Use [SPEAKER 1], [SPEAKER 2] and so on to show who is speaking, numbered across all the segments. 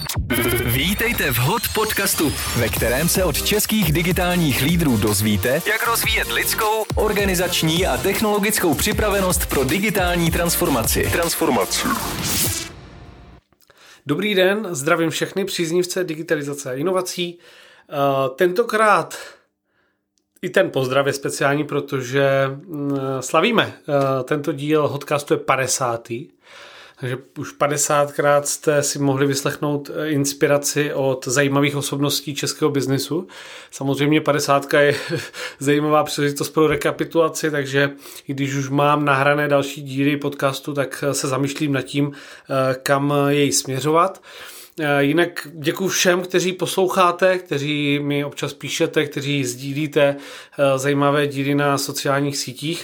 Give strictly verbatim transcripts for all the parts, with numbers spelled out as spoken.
[SPEAKER 1] Vítejte v Hot podcastu, ve kterém se od českých digitálních lídrů dozvíte, jak rozvíjet lidskou, organizační a technologickou připravenost pro digitální transformaci. Transformaci.
[SPEAKER 2] Dobrý den, zdravím všechny příznivce digitalizace a inovací. Tentokrát i ten pozdrav je speciální, protože slavíme. Tento díl Hotcastu je padesátý. Takže už padesátkrát jste si mohli vyslechnout inspiraci od zajímavých osobností českého biznisu. Samozřejmě padesátka je zajímavá příležitost pro rekapitulaci, takže i když už mám nahrané další díly podcastu, tak se zamýšlím nad tím, kam jej směřovat. Jinak děkuji všem, kteří posloucháte, kteří mi občas píšete, kteří sdílíte zajímavé díly na sociálních sítích.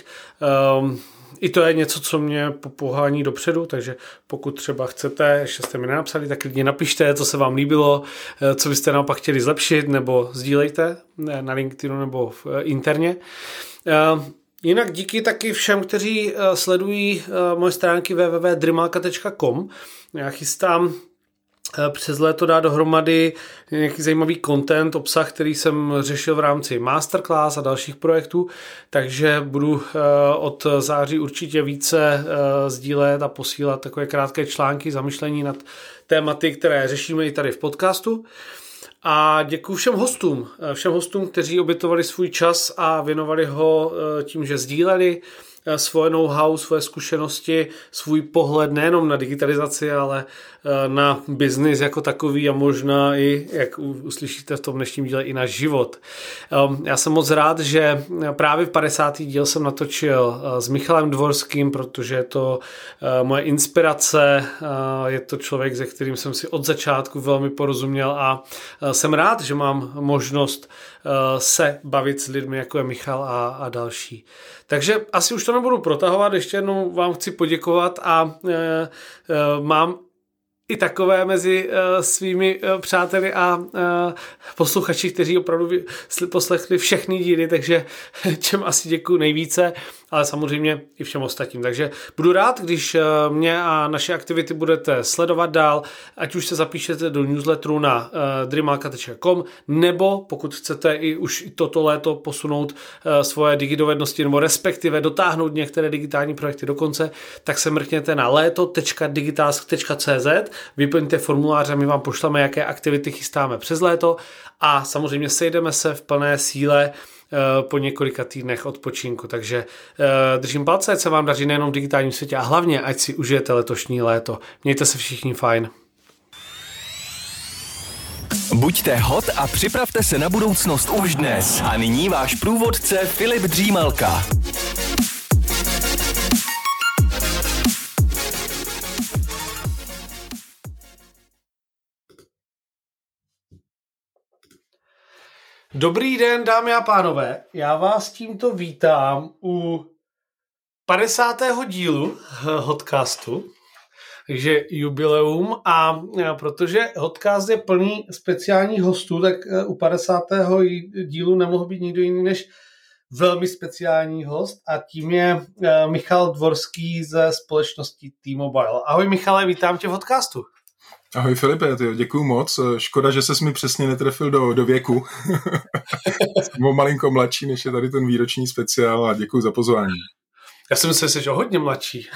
[SPEAKER 2] I to je něco, co mě pohání dopředu, takže pokud třeba chcete, ještě jste mi nenapsali, tak klidně napište, co se vám líbilo, co byste naopak chtěli zlepšit, nebo sdílejte na LinkedInu nebo interně. Jinak díky taky všem, kteří sledují moje stránky w w w tečka drimalka tečka com. Já chystám přes léto dát dohromady nějaký zajímavý content, obsah, který jsem řešil v rámci masterclass a dalších projektů, takže budu od září určitě více sdílet a posílat takové krátké články, zamyšlení nad tématy, které řešíme i tady v podcastu. A děkuji všem hostům, všem hostům, kteří obětovali svůj čas a věnovali ho tím, že sdíleli svoje know-how, svoje zkušenosti, svůj pohled nejenom na digitalizaci, ale na biznis jako takový a možná i, jak uslyšíte v tom dnešním díle, i na život. Já jsem moc rád, že právě v padesátý díl jsem natočil s Michalem Dvorským, protože je to moje inspirace, je to člověk, se kterým jsem si od začátku velmi porozuměl a jsem rád, že mám možnost se bavit s lidmi, jako je Michal a, a další. Takže asi už to nebudu protahovat, ještě jednou vám chci poděkovat a e, e, mám i takové mezi uh, svými uh, přáteli a uh, posluchači, kteří opravdu poslechli všechny díly, takže čem asi děkuju nejvíce, ale samozřejmě i všem ostatním. Takže budu rád, když uh, mě a naše aktivity budete sledovat dál, ať už se zapíšete do newsletteru na uh, drimalka tečka com, nebo pokud chcete i už toto léto posunout uh, svoje digidovednosti nebo respektive dotáhnout některé digitální projekty do konce, tak se mrkněte na léto tečka digitask tečka cé zet, vyplňte formulář a my vám pošleme, jaké aktivity chystáme přes léto a samozřejmě sejdeme se v plné síle po několika týdnech odpočinku. Takže držím palce, ať se vám daří nejenom v digitálním světě a hlavně, ať si užijete letošní léto. Mějte se všichni fajn.
[SPEAKER 1] Buďte hot a připravte se na budoucnost už dnes. A nyní váš průvodce Filip Dřímalka.
[SPEAKER 2] Dobrý den, dámy a pánové, já vás tímto vítám u padesátého dílu Hotcastu, takže jubileum a protože Hotcast je plný speciálních hostů, tak u padesátého dílu nemohl být nikdo jiný než velmi speciální host a tím je Michal Dvorský ze společnosti T-Mobile. Ahoj Michale, vítám tě v Hotcastu.
[SPEAKER 3] Ahoj Filipe, děkuju moc. Škoda, že ses mi přesně netrefil do, do věku. Jsem malinko mladší, než je tady ten výroční speciál a děkuju za pozvání.
[SPEAKER 2] Já jsem se slyšel hodně mladší.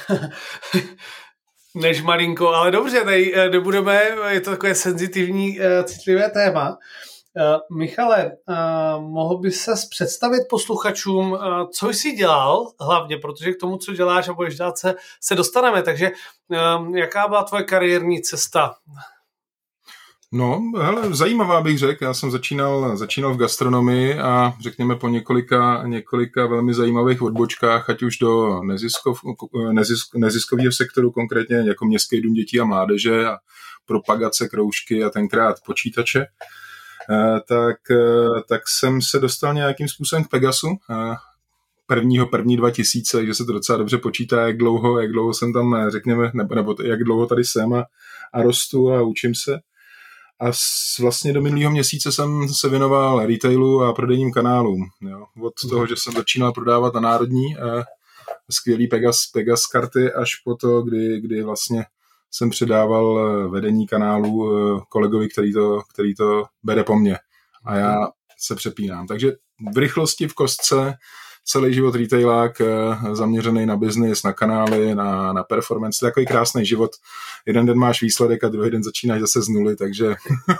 [SPEAKER 2] Než malinko, ale dobře, tady nebudeme, je to takové senzitivní, citlivé téma. Michale, mohl by ses představit posluchačům, co jsi dělal hlavně, protože k tomu, co děláš a budeš dát, se, se dostaneme, takže jaká byla tvoje kariérní cesta?
[SPEAKER 3] No, hele, zajímavá bych řekl, já jsem začínal, začínal v gastronomii a řekněme po několika, několika velmi zajímavých odbočkách, ať už do neziskov, nezisk, neziskového sektoru, konkrétně jako Městský dům dětí a mládeže a propagace, kroužky a tenkrát počítače. Tak, tak jsem se dostal nějakým způsobem k Pegasu. Prvního, první dva tisíce, takže se to docela dobře počítá, jak dlouho, jak dlouho jsem tam, řekněme, nebo, nebo jak dlouho tady jsem a, a rostu a učím se. A s, vlastně do minulého měsíce jsem se věnoval retailu a prodejním kanálům. Jo. Od toho, že jsem začínal prodávat na národní skvělý Pegas, Pegas karty, až po to, kdy, kdy vlastně jsem předával vedení kanálu kolegovi, který to, který to bere po mně. A já se přepínám. Takže v rychlosti, v kostce, celý život retailák zaměřený na biznis, na kanály, na, na performance. To je takový krásný život. Jeden den máš výsledek a druhý den začínáš zase z nuly, takže...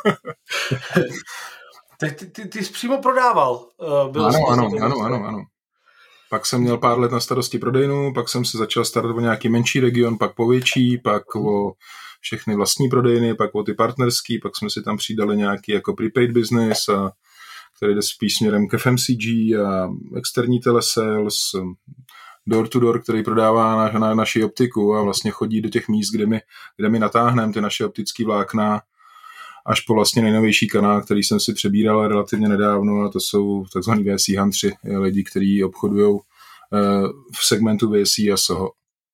[SPEAKER 2] Tak ty, ty, ty jsi přímo prodával.
[SPEAKER 3] Byl ano, ano, ano, ano, ano. Pak jsem měl pár let na starosti prodejnu, pak jsem se začal starat o nějaký menší region, pak po větší, pak o všechny vlastní prodejny, pak o ty partnerský, pak jsme si tam přidali nějaký jako prepaid business, a, který jde spíš směrem k F M C G a externí telesales, door to door, který prodává na, na naši optiku a vlastně chodí do těch míst, kde my, kde my natáhneme ty naše optické vlákna, až po vlastně nejnovější kanál, který jsem si přebíral relativně nedávno, a to jsou takzvaný V S E huntři, lidi, kteří obchodují v segmentu V S E a SOHO.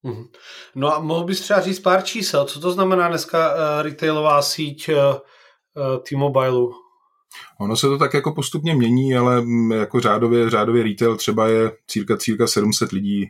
[SPEAKER 2] No a mohl bys třeba říct pár čísel, co to znamená dneska retailová síť T-Mobileu?
[SPEAKER 3] Ono se to tak jako postupně mění, ale jako řádově, řádově retail třeba je círka, círka sedm set lidí.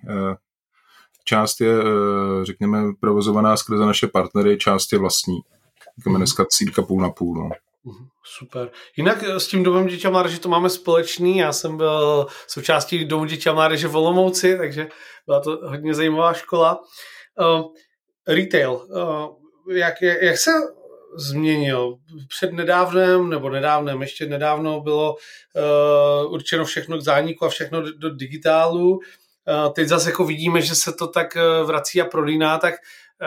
[SPEAKER 3] Část je, řekněme, provozovaná skrze naše partnery, část je vlastní. Říkáme dneska círka půl na půl. No.
[SPEAKER 2] Super. Jinak s tím domem dětí a mládeže to máme společný. Já jsem byl součástí domu dětí a mládeže v Olomouci, takže byla to hodně zajímavá škola. Uh, retail. Uh, jak, jak se změnil? Před nedávnem, nebo nedávnem, ještě nedávno bylo uh, určeno všechno k zániku a všechno do, do digitálu. Uh, teď zase jako vidíme, že se to tak uh, vrací a prodíná, tak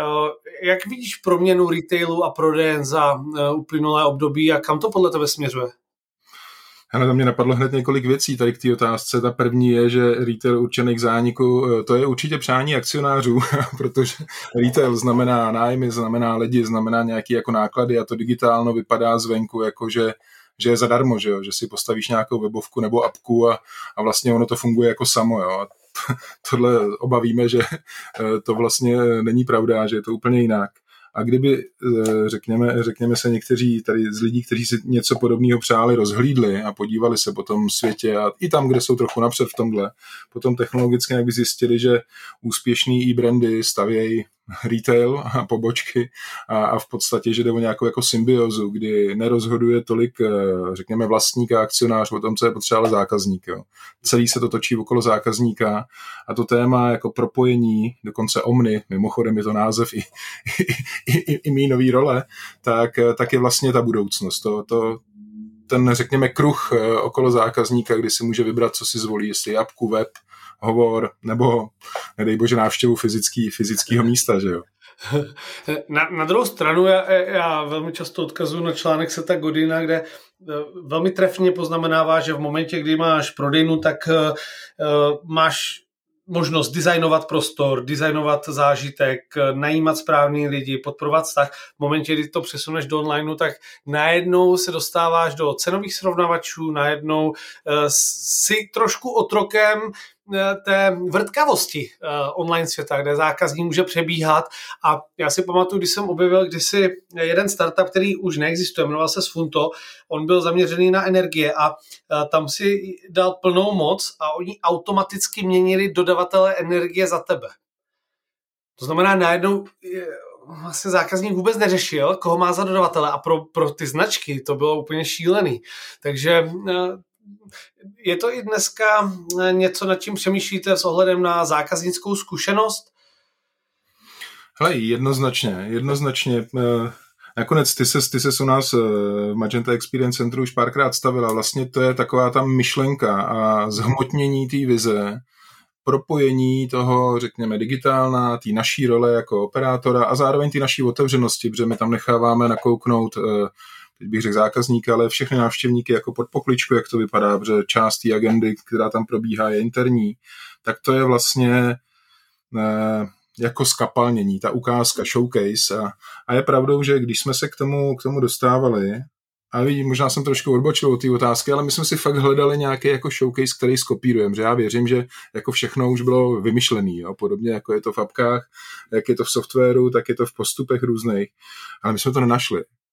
[SPEAKER 2] jak vidíš proměnu retailu a prodejen za uplynulé období a kam to podle tebe směřuje?
[SPEAKER 3] Hele, to mě napadlo hned několik věcí tady k té otázce. Ta první je, že retail určený k zániku, to je určitě přání akcionářů, protože retail znamená nájmy, znamená lidi, znamená nějaké jako náklady a to digitálno vypadá zvenku jako, že že je zadarmo, že, jo? Že si postavíš nějakou webovku nebo apku a, a vlastně ono to funguje jako samo. Jo? A tohle obavíme, že to vlastně není pravda, že je to úplně jinak. A kdyby, řekněme, řekněme se někteří tady z lidí, kteří si něco podobného přáli, rozhlídli a podívali se po tom světě a i tam, kde jsou trochu napřed v tomhle, potom technologicky jak by zjistili, že úspěšný e-brandy stavějí retail a pobočky a, a v podstatě, že jde o nějakou jako symbiozu, kdy nerozhoduje tolik, řekněme, vlastník a akcionář o tom, co je potřeba, ale zákazník. Jo. Celý se to točí okolo zákazníka a to téma jako propojení, dokonce Omni, mimochodem je to název i, i, i, i mý nový role, tak, tak je vlastně ta budoucnost. To, to, ten, řekněme, kruh okolo zákazníka, kdy si může vybrat, co si zvolí, jestli apku, web, hovor, nebo nedej bože návštěvu fyzický, fyzického místa, že jo.
[SPEAKER 2] Na, na druhou stranu já, já velmi často odkazuju na článek Seta Godina, kde velmi trefně poznamenává, že v momentě, kdy máš prodejnu, tak uh, máš možnost designovat prostor, designovat zážitek, najímat správný lidi, podporovat vztah. V momentě, kdy to přesuneš do onlineu, tak najednou se dostáváš do cenových srovnavačů, najednou uh, si trošku otrokem té vrtkavosti uh, online světa, kde zákazník může přebíhat. A já si pamatuju, když jsem objevil kdysi jeden startup, který už neexistuje, jmenoval se Sfunto, on byl zaměřený na energie a uh, tam si dal plnou moc a oni automaticky měnili dodavatele energie za tebe. To znamená, najednou vlastně zákazník vůbec neřešil, koho má za dodavatele a pro, pro ty značky to bylo úplně šílený. Takže uh, je to i dneska něco, nad čím přemýšlíte s ohledem na zákaznickou zkušenost?
[SPEAKER 3] Hele, jednoznačně, jednoznačně. Nakonec ty ses, ty ses u nás v Magenta Experience Centru už párkrát stavila. Vlastně to je taková ta myšlenka a zhmotnění té vize, propojení toho, řekněme, digitálna, té naší role jako operátora a zároveň té naší otevřenosti, protože my tam necháváme nakouknout teď bych řekl zákazníka, ale všechny návštěvníky jako pod pokličku, jak to vypadá, protože část té agendy, která tam probíhá, je interní, tak to je vlastně eh, jako skapalnění, ta ukázka, showcase a, a je pravdou, že když jsme se k tomu, k tomu dostávali, a vidím, možná jsem trošku odbočil od té otázky, ale my jsme si fakt hledali nějaký jako showcase, který skopírujeme, že já věřím, že jako všechno už bylo vymyšlený, jo? Podobně jako je to v apkách, jak je to v softwaru, tak je to v postupech různých, ale my jsme to nenašli.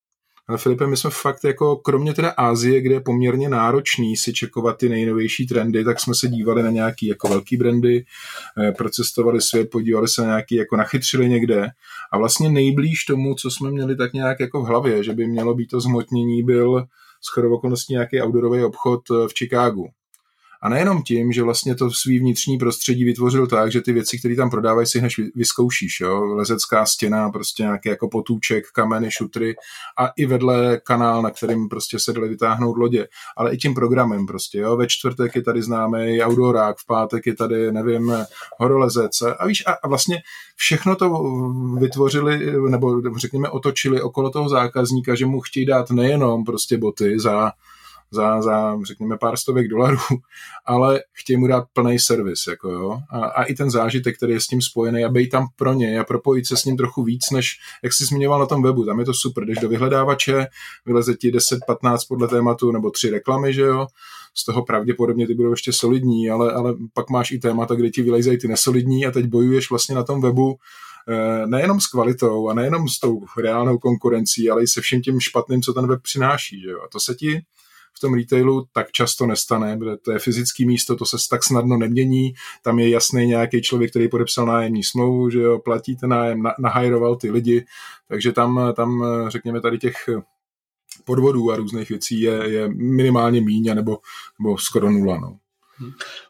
[SPEAKER 3] Ale Filipe, my jsme fakt jako, kromě teda Asie, kde je poměrně náročný si čekovat ty nejnovější trendy, tak jsme se dívali na nějaký jako velký brandy, procestovali svět, podívali se na nějaký, jako nachytřili někde a vlastně nejblíž tomu, co jsme měli tak nějak jako v hlavě, že by mělo být to zhmotnění, byl shodou okolností nějaký outdoorový obchod v Chicagu. A nejenom tím, že vlastně to svý vnitřní prostředí vytvořil tak, že ty věci, které tam prodávají, si hned vyzkoušíš. Jo? Lezecká stěna, prostě nějaký jako potůček, kameny, šutry a i vedle kanál, na kterým prostě se dali vytáhnout lodě. Ale i tím programem prostě. Jo? Ve čtvrtek je tady známý outdoorák, v pátek je tady, nevím, horolezec. A víš, a vlastně všechno to vytvořili, nebo řekněme otočili okolo toho zákazníka, že mu chtějí dát nejenom prostě boty za Za, za, řekněme, pár stovek dolarů, ale chtějí mu dát plný servis, jako jo, a, a i ten zážitek, který je s tím spojený a bej tam pro něj a propojit se s ním trochu víc, než, jak jsi zmiňoval na tom webu, tam je to super, jdeš do vyhledávače, vyleze ti deset patnáct podle tématu, nebo tři reklamy, že jo, z toho pravděpodobně ty budou ještě solidní, ale, ale pak máš i témata, kde ti vylejzají ty nesolidní a teď bojuješ vlastně na tom webu nejenom s kvalitou a nejenom s tou reálnou konkurencí, ale i se vším tím špatným, co ten web přináší, že jo, a to se ti v tom retailu tak často nestane, protože to je fyzický místo, to se tak snadno nemění, tam je jasný nějaký člověk, který podepsal nájemní smlouvu, že jo, platí ten nájem, nahajroval ty lidi, takže tam, tam řekněme tady těch podvodů a různých věcí je, je minimálně míň, nebo, nebo skoro nula. No.
[SPEAKER 2] Hmm.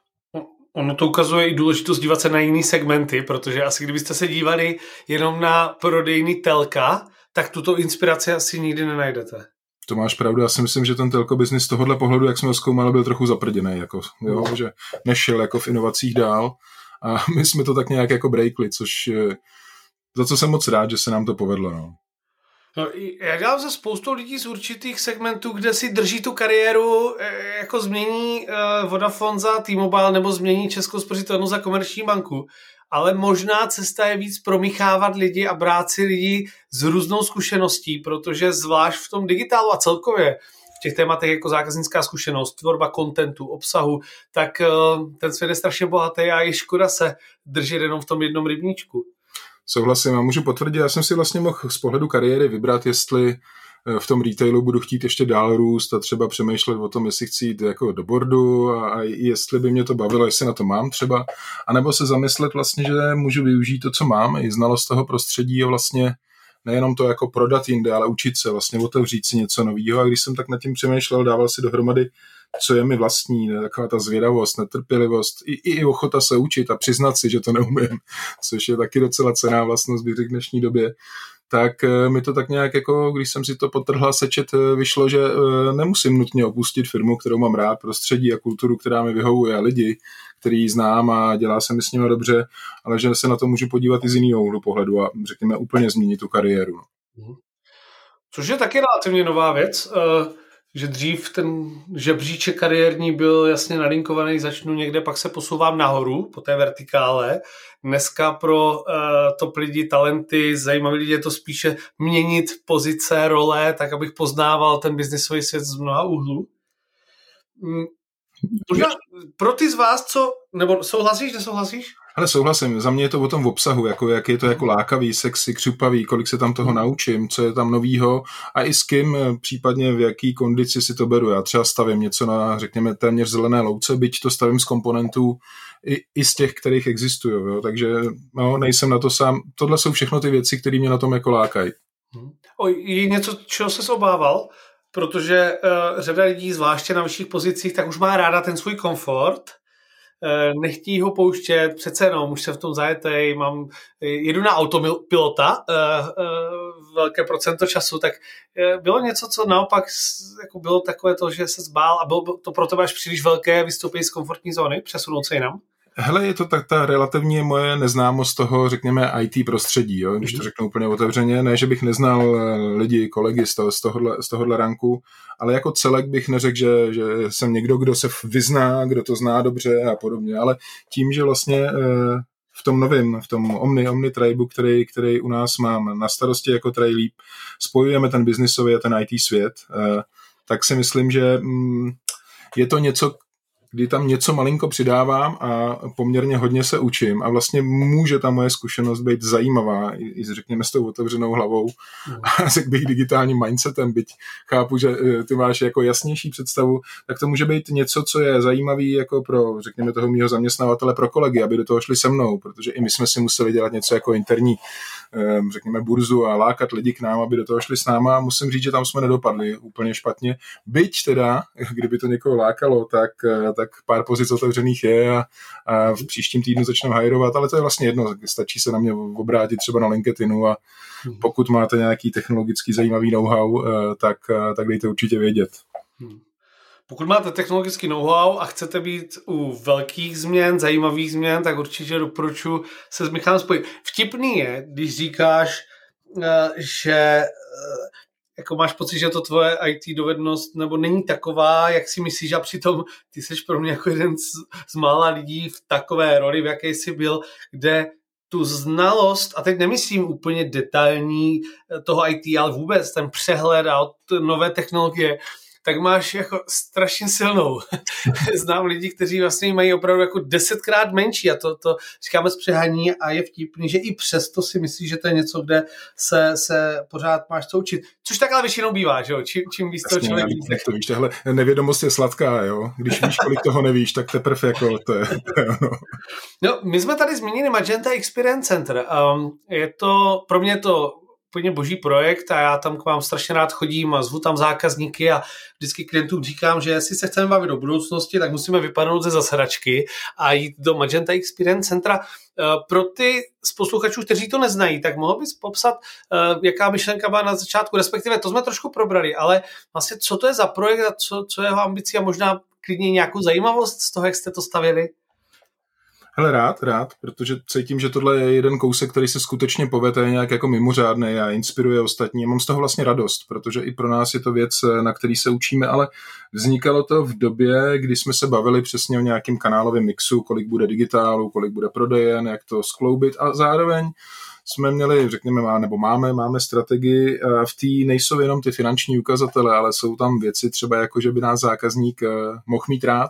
[SPEAKER 2] Ono to ukazuje i důležitost dívat se na jiný segmenty, protože asi kdybyste se dívali jenom na prodejny telka, tak tuto inspiraci asi nikdy nenajdete.
[SPEAKER 3] To máš pravdu, já si myslím, že ten telko business z tohohle pohledu, jak jsme ho zkoumali, byl trochu zaprděnej, jako, jo, no. Že nešel jako v inovacích dál a my jsme to tak nějak jako breakli, což za co jsem moc rád, že se nám to povedlo. No.
[SPEAKER 2] No, já dělám se spoustou lidí z určitých segmentů, kde si drží tu kariéru, jako změní Vodafone za T-Mobile nebo změní Českou spořitelnu za Komerční banku. Ale možná cesta je víc promíchávat lidi a brát si lidi s různou zkušeností, protože zvlášť v tom digitálu a celkově v těch tématech jako zákaznická zkušenost, tvorba kontentu, obsahu, tak ten svět je strašně bohatý a je škoda se držet jenom v tom jednom rybníčku.
[SPEAKER 3] Souhlasím a můžu potvrdit, já jsem si vlastně mohl z pohledu kariéry vybrat, jestli v tom retailu budu chtít ještě dál růst a třeba přemýšlet o tom, jestli chci jít jako do boardu a, a jestli by mě to bavilo, jestli na to mám třeba, anebo se zamyslet vlastně, že můžu využít to, co mám, i znalost toho prostředí a vlastně nejenom to jako prodat jinde, ale učit se, vlastně otevřít si něco nového. A když jsem tak nad tím přemýšlel, dával si dohromady, co je mi vlastní, taková ta zvědavost, netrpělivost, i, i ochota se učit a přiznat si, že to neumím, což je taky docela cenná vlastnost, bych řekl, v dnešní době, tak mi to tak nějak, jako když jsem si to potrhla sečet, vyšlo, že nemusím nutně opustit firmu, kterou mám rád, prostředí a kulturu, která mi vyhovuje, a lidi, který znám a dělá se mi s nimi dobře, ale že se na to můžu podívat i z jiného úhlu pohledu a řekněme úplně změnit tu kariéru.
[SPEAKER 2] Což je taky relativně nová věc, že dřív ten žebříček kariérní byl jasně nalinkovaný, začnu někde, pak se posouvám nahoru po té vertikále. Dneska pro uh, top lidi, talenty, zajímaví lidi je to spíše měnit pozice, role, tak abych poznával ten biznisový svět z mnoha úhlů. Možná pro ty z vás, co, nebo souhlasíš, nesouhlasíš?
[SPEAKER 3] Ale souhlasím, za mě je to o tom obsahu, jako jak je to jako lákavý, sexy, křupavý, kolik se tam toho naučím, co je tam novýho a i s kým, případně v jaký kondici si to beru. Já třeba stavím něco na, řekněme, téměř zelené louce, byť to stavím z komponentů i, i z těch, kterých existují, jo? Takže no, nejsem na to sám. Tohle jsou všechno ty věci, které mě na tom jako lákají.
[SPEAKER 2] O, je něco, čeho ses obával? Protože uh, řada lidí, zvláště na vyšších pozicích, tak už má ráda ten svůj komfort, uh, nechtí ho pouštět, přece jenom, už jsem v tom zajetej, mám, jedu na autopilota uh, uh, velké procento času, tak uh, bylo něco, co naopak jako bylo takové to, že se zbál a bylo to pro tebe až příliš velké vystoupení z komfortní zóny, přesunout se jinam?
[SPEAKER 3] Hele, je to tak ta relativně moje neznámost toho, řekněme, í té prostředí, jo? Když to řeknu úplně otevřeně. Ne, že bych neznal lidi, kolegy z, toho, z, tohohle, z tohohle ranku, ale jako celek bych neřekl, že, že jsem někdo, kdo se vyzná, kdo to zná dobře a podobně, ale tím, že vlastně v tom novém, v tom Omni, Omni Tribu, který, který u nás mám na starosti jako Trailíp, spojujeme ten biznisový a ten í té svět, tak si myslím, že je to něco, kdy tam něco malinko přidávám a poměrně hodně se učím a vlastně může ta moje zkušenost být zajímavá i, i řekněme s tou otevřenou hlavou mm. a řekl bych digitálním mindsetem, byť chápu, že ty máš jako jasnější představu, tak to může být něco, co je zajímavý jako pro, řekněme, toho mýho zaměstnavatele, pro kolegy, aby do toho šli se mnou, protože i my jsme si museli dělat něco jako interní, řekněme, burzu a lákat lidi k nám, aby do toho šli s náma a musím říct, že tam jsme nedopadli úplně špatně. Byť teda, kdyby to někoho lákalo, tak, tak pár pozic otevřených je a, a v příštím týdnu začnou hajrovat, ale to je vlastně jedno, stačí se na mě obrátit třeba na LinkedInu a pokud máte nějaký technologický zajímavý know-how, tak, tak dejte určitě vědět.
[SPEAKER 2] Pokud máte technologický know-how a chcete být u velkých změn, zajímavých změn, tak určitě doporučuji se s Michalem spojit. Vtipný je, když říkáš, že jako máš pocit, že to tvoje í té dovednost nebo není taková, jak si myslíš, a přitom ty jsi pro mě jako jeden z, z mála lidí v takové roli, v jaké jsi byl, kde tu znalost, a teď nemyslím úplně detailní toho í té, ale vůbec ten přehled a nové technologie, tak máš jako strašně silnou. Znám lidi, kteří vlastně mají opravdu jako desetkrát menší a to, to říkáme z přehání a je vtipný, že i přesto si myslíš, že to je něco, kde se, se pořád máš co učit. Což tak ale většinou bývá, že jo? Čím, čím víc toho člověk víc.
[SPEAKER 3] To víš, tahle nevědomost je sladká, jo? Když víš, kolik toho nevíš, tak teprve jako to je. No.
[SPEAKER 2] no, my jsme tady zmínili Magenta Experience Center. Um, je to, pro mě to úplně boží projekt a já tam k vám strašně rád chodím a zvu tam zákazníky a vždycky klientům říkám, že jestli se chceme bavit do budoucnosti, tak musíme vypadnout ze zasedačky a jít do Magenta Experience Centra. Pro ty z posluchačů, kteří to neznají, tak mohl bys popsat, jaká myšlenka byla na začátku, respektive to jsme trošku probrali, ale vlastně co to je za projekt a co, co je jeho ambicí a možná klidně nějakou zajímavost z toho, jak jste to stavěli?
[SPEAKER 3] Hele, rád, rád, protože cítím, že tohle je jeden kousek, který se skutečně povede, je nějak jako mimořádný a inspiruje ostatní. Mám z toho vlastně radost, protože i pro nás je to věc, na který se učíme, ale vznikalo to v době, kdy jsme se bavili přesně o nějakém kanálovém mixu, kolik bude digitálu, kolik bude prodejen, jak to skloubit a zároveň jsme měli, řekněme, má, nebo máme, máme strategii, v té nejsou jenom ty finanční ukazatele, ale jsou tam věci třeba jako, že by nás zákazník mohl mít rád.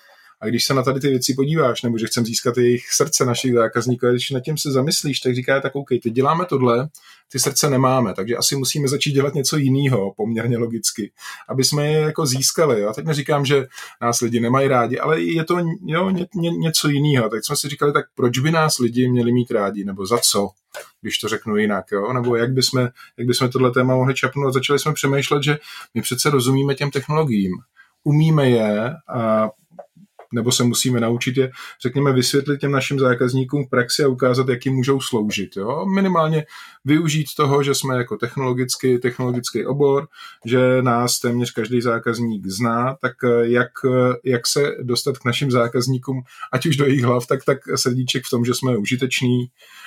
[SPEAKER 3] A když se na tady ty věci podíváš, nebo že chcem získat jejich srdce našich zákazníků, a když nad tím se zamyslíš, tak říká, tak OK, teď děláme tohle, ty srdce nemáme, takže asi musíme začít dělat něco jiného, poměrně logicky, aby jsme je jako získali. A teď neříkám, že nás lidi nemají rádi, ale je to jo, ně, ně, něco jiného. Tak jsme si říkali, tak proč by nás lidi měli mít rádi, nebo za co, když to řeknu jinak, jo? Nebo jak bychom, jak bychom tohle téma mohli čapnout. A začali jsme přemýšlet, že my přece rozumíme těm technologiím, umíme je a nebo se musíme naučit je, řekněme, vysvětlit těm našim zákazníkům v praxi a ukázat, jak jim můžou sloužit. Jo? Minimálně využít toho, že jsme jako technologický, technologický obor, že nás téměř každý zákazník zná, tak jak, jak se dostat k našim zákazníkům, ať už do jejich hlav, tak, tak srdíček v tom, že jsme užiteční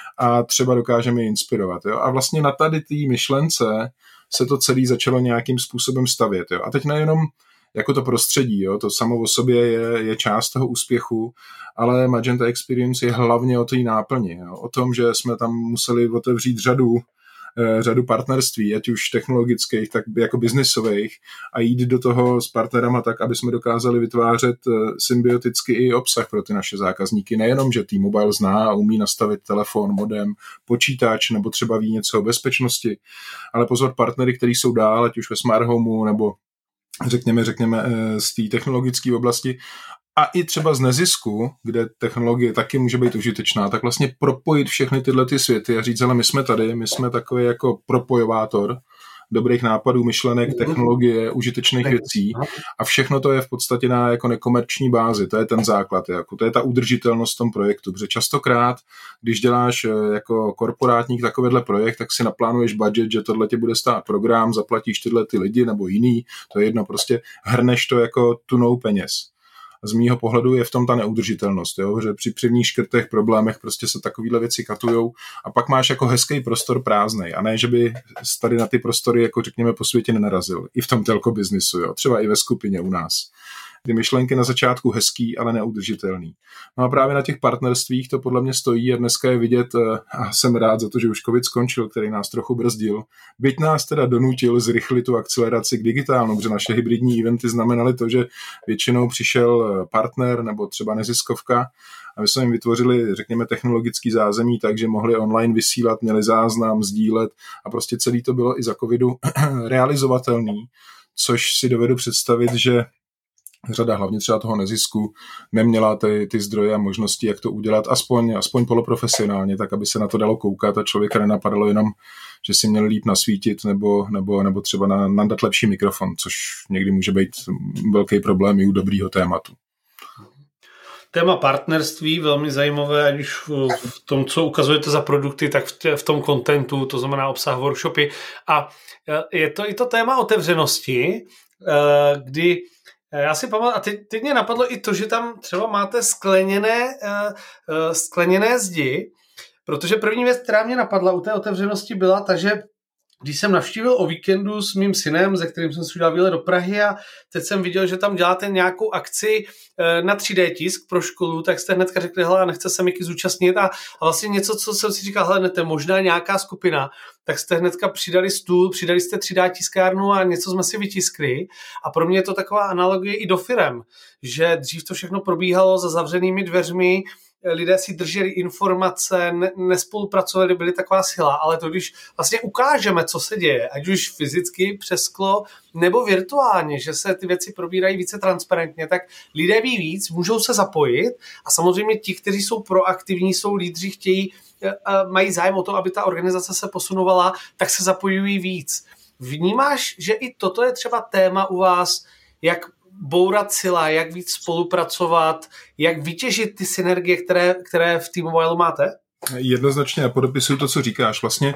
[SPEAKER 3] a třeba dokážeme je inspirovat. Jo? A vlastně na tady té myšlence se to celé začalo nějakým způsobem stavět. Jo? A teď nejenom jako to prostředí, jo, to samo o sobě je, je část toho úspěchu, ale Magenta Experience je hlavně o té náplni, jo, o tom, že jsme tam museli otevřít řadu, eh, řadu partnerství, ať už technologických, tak jako biznisových a jít do toho s partnerama tak, aby jsme dokázali vytvářet eh, symbioticky i obsah pro ty naše zákazníky. Nejenom, že T-Mobile zná a umí nastavit telefon, modem, počítač nebo třeba ví něco o bezpečnosti, ale pozvat partnery, kteří jsou dál, ať už ve smart homeu nebo řekněme, řekněme z té technologické oblasti a i třeba z nezisku, kde technologie taky může být užitečná, tak vlastně propojit všechny tyhle ty světy a říct, ale my jsme tady, my jsme takový jako propojovátor dobrých nápadů, myšlenek, technologie, užitečných věcí a všechno to je v podstatě na jako nekomerční bázi, to je ten základ, jako, to je ta udržitelnost v tom projektu, protože častokrát, když děláš jako korporátník takovýhle projekt, tak si naplánuješ budget, že tohle tě bude stát program, zaplatíš tyhle ty lidi nebo jiný, to je jedno, prostě hrneš to jako tunou peněz. Z mýho pohledu je v tom ta neudržitelnost, jo? Že při prvních škrtech, problémech prostě se takovýhle věci katujou a pak máš jako hezký prostor prázdnej a ne, že by tady na ty prostory jako řekněme po světě nenarazil. I v tom telko biznisu, jo? Třeba i ve skupině u nás. ty myšlenky na začátku hezký, ale neudržitelný. No a právě na těch partnerstvích to podle mě stojí a dneska je vidět, a jsem rád za to, že už covid skončil, který nás trochu brzdil. Byť nás teda donutil zrychlit tu akceleraci k digitálnu, protože naše hybridní eventy znamenaly to, že většinou přišel partner nebo třeba neziskovka a my jsme jim vytvořili, řekněme, technologický zázemí, takže mohli online vysílat, měli záznam, sdílet a prostě celý to bylo i za covidu realizovatelný, což si dovedu představit, že řada hlavně třeba toho nezisku neměla ty, ty zdroje a možnosti, jak to udělat, aspoň, aspoň poloprofesionálně, tak aby se na to dalo koukat a člověka nenapadalo jenom, že si měl líp nasvítit nebo, nebo, nebo třeba na, nadat lepší mikrofon, což někdy může být velký problém i u dobrýho tématu.
[SPEAKER 2] Téma partnerství, velmi zajímavé, ať už v tom, co ukazujete za produkty, tak v tom contentu, to znamená obsah workshopy. A je to i to téma otevřenosti, kdy já si pamatuju, a teď, teď mě napadlo i to, že tam třeba máte skleněné, skleněné zdi, protože první věc, která mě napadla u té otevřenosti byla ta, že když jsem navštívil o víkendu s mým synem, ze kterým jsem si udělal výlet do Prahy a teď jsem viděl, že tam děláte nějakou akci na tři dé tisk pro školu, tak jste hnedka řekli, hele, nechce se Miky zúčastnit a, a vlastně něco, co jsem si říkal, hele, ne, to je možná nějaká skupina, tak jste hnedka přidali stůl, přidali jste tři dé tiskárnu a něco jsme si vytiskli a pro mě je to taková analogie i do firem, že dřív to všechno probíhalo za zavřenými dveřmi, lidé si drželi informace, ne, nespolupracovali, byly taková sila, ale to, když vlastně ukážeme, co se děje, ať už fyzicky přes sklo, nebo virtuálně, že se ty věci probírají více transparentně, tak lidé ví víc, můžou se zapojit a samozřejmě ti, kteří jsou proaktivní, jsou lídři, chtějí, mají zájem o to, aby ta organizace se posunovala, tak se zapojují víc. Vnímáš, že i toto je třeba téma u vás, jak bourat sila, jak víc spolupracovat, jak vytěžit ty synergie, které, které v T-Mobile máte?
[SPEAKER 3] Jednoznačně, a podepisuju to, co říkáš. Vlastně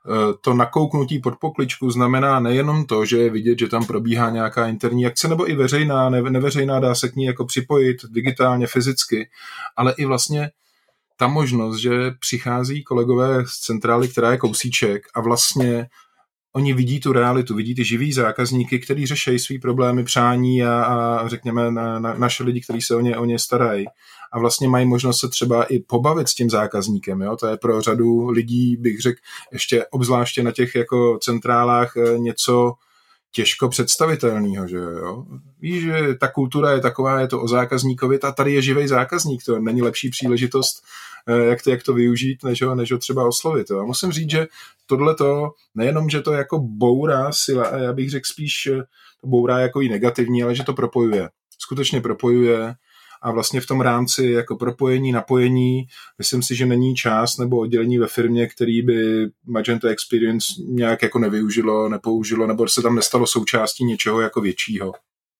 [SPEAKER 3] to nakouknutí pod pokličku znamená nejenom to, že je vidět, že tam probíhá nějaká interní akce, nebo i veřejná, ne, neveřejná, dá se k ní jako připojit digitálně, fyzicky, ale i vlastně ta možnost, že přichází kolegové z centrály, která je kousíček a vlastně oni vidí tu realitu, vidí ty živý zákazníky, kteří řeší svý problémy, přání a, a řekněme na, na, naše lidi, kteří se o ně, o ně starají. A vlastně mají možnost se třeba i pobavit s tím zákazníkem. Jo? To je pro řadu lidí, bych řekl, ještě obzvláště na těch jako centrálách něco těžko představitelného. Že jo? Víš, že ta kultura je taková, je to o zákazníkovi, a tady je živý zákazník, to není lepší příležitost, jak to, jak to využít, než ho, než ho třeba oslovit. Jo? A musím říct, že tohleto, nejenom, že to jako bourá sila, já bych řekl spíš, to bourá jako i negativní, ale že to propojuje. Skutečně propojuje a vlastně v tom rámci jako propojení, napojení, myslím si, že není část nebo oddělení ve firmě, který by Magento Experience nějak jako nevyužilo, nepoužilo, nebo se tam nestalo součástí něčeho jako většího.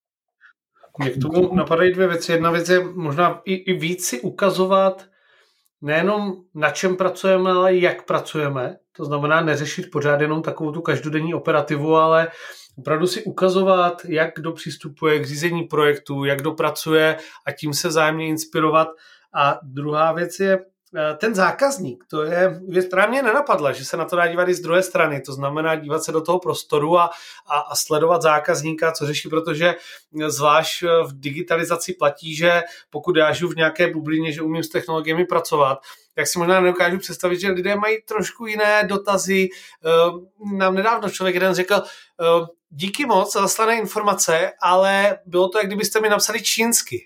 [SPEAKER 2] Mě k tomu napadají dvě věci. Jedna věc je možná i, i víc si ukazovat nejenom na čem pracujeme, ale jak pracujeme. To znamená neřešit pořád jenom takovou tu každodenní operativu, ale opravdu si ukazovat, jak kdo přistupuje k řízení projektu, jak kdo pracuje a tím se vzájemně inspirovat. A druhá věc je ten zákazník. To je věc, která mě nenapadla, že se na to dá dívat i z druhé strany. To znamená dívat se do toho prostoru a, a, a sledovat zákazníka, co řeší, protože zvlášť v digitalizaci platí, že pokud já žiju v nějaké bublině, že umím s technologiemi pracovat, tak si možná nedokážu představit, že lidé mají trošku jiné dotazy. Nám nedávno člověk jeden řekl, díky moc za zaslané informace, ale bylo to, jak kdybyste mi napsali čínsky.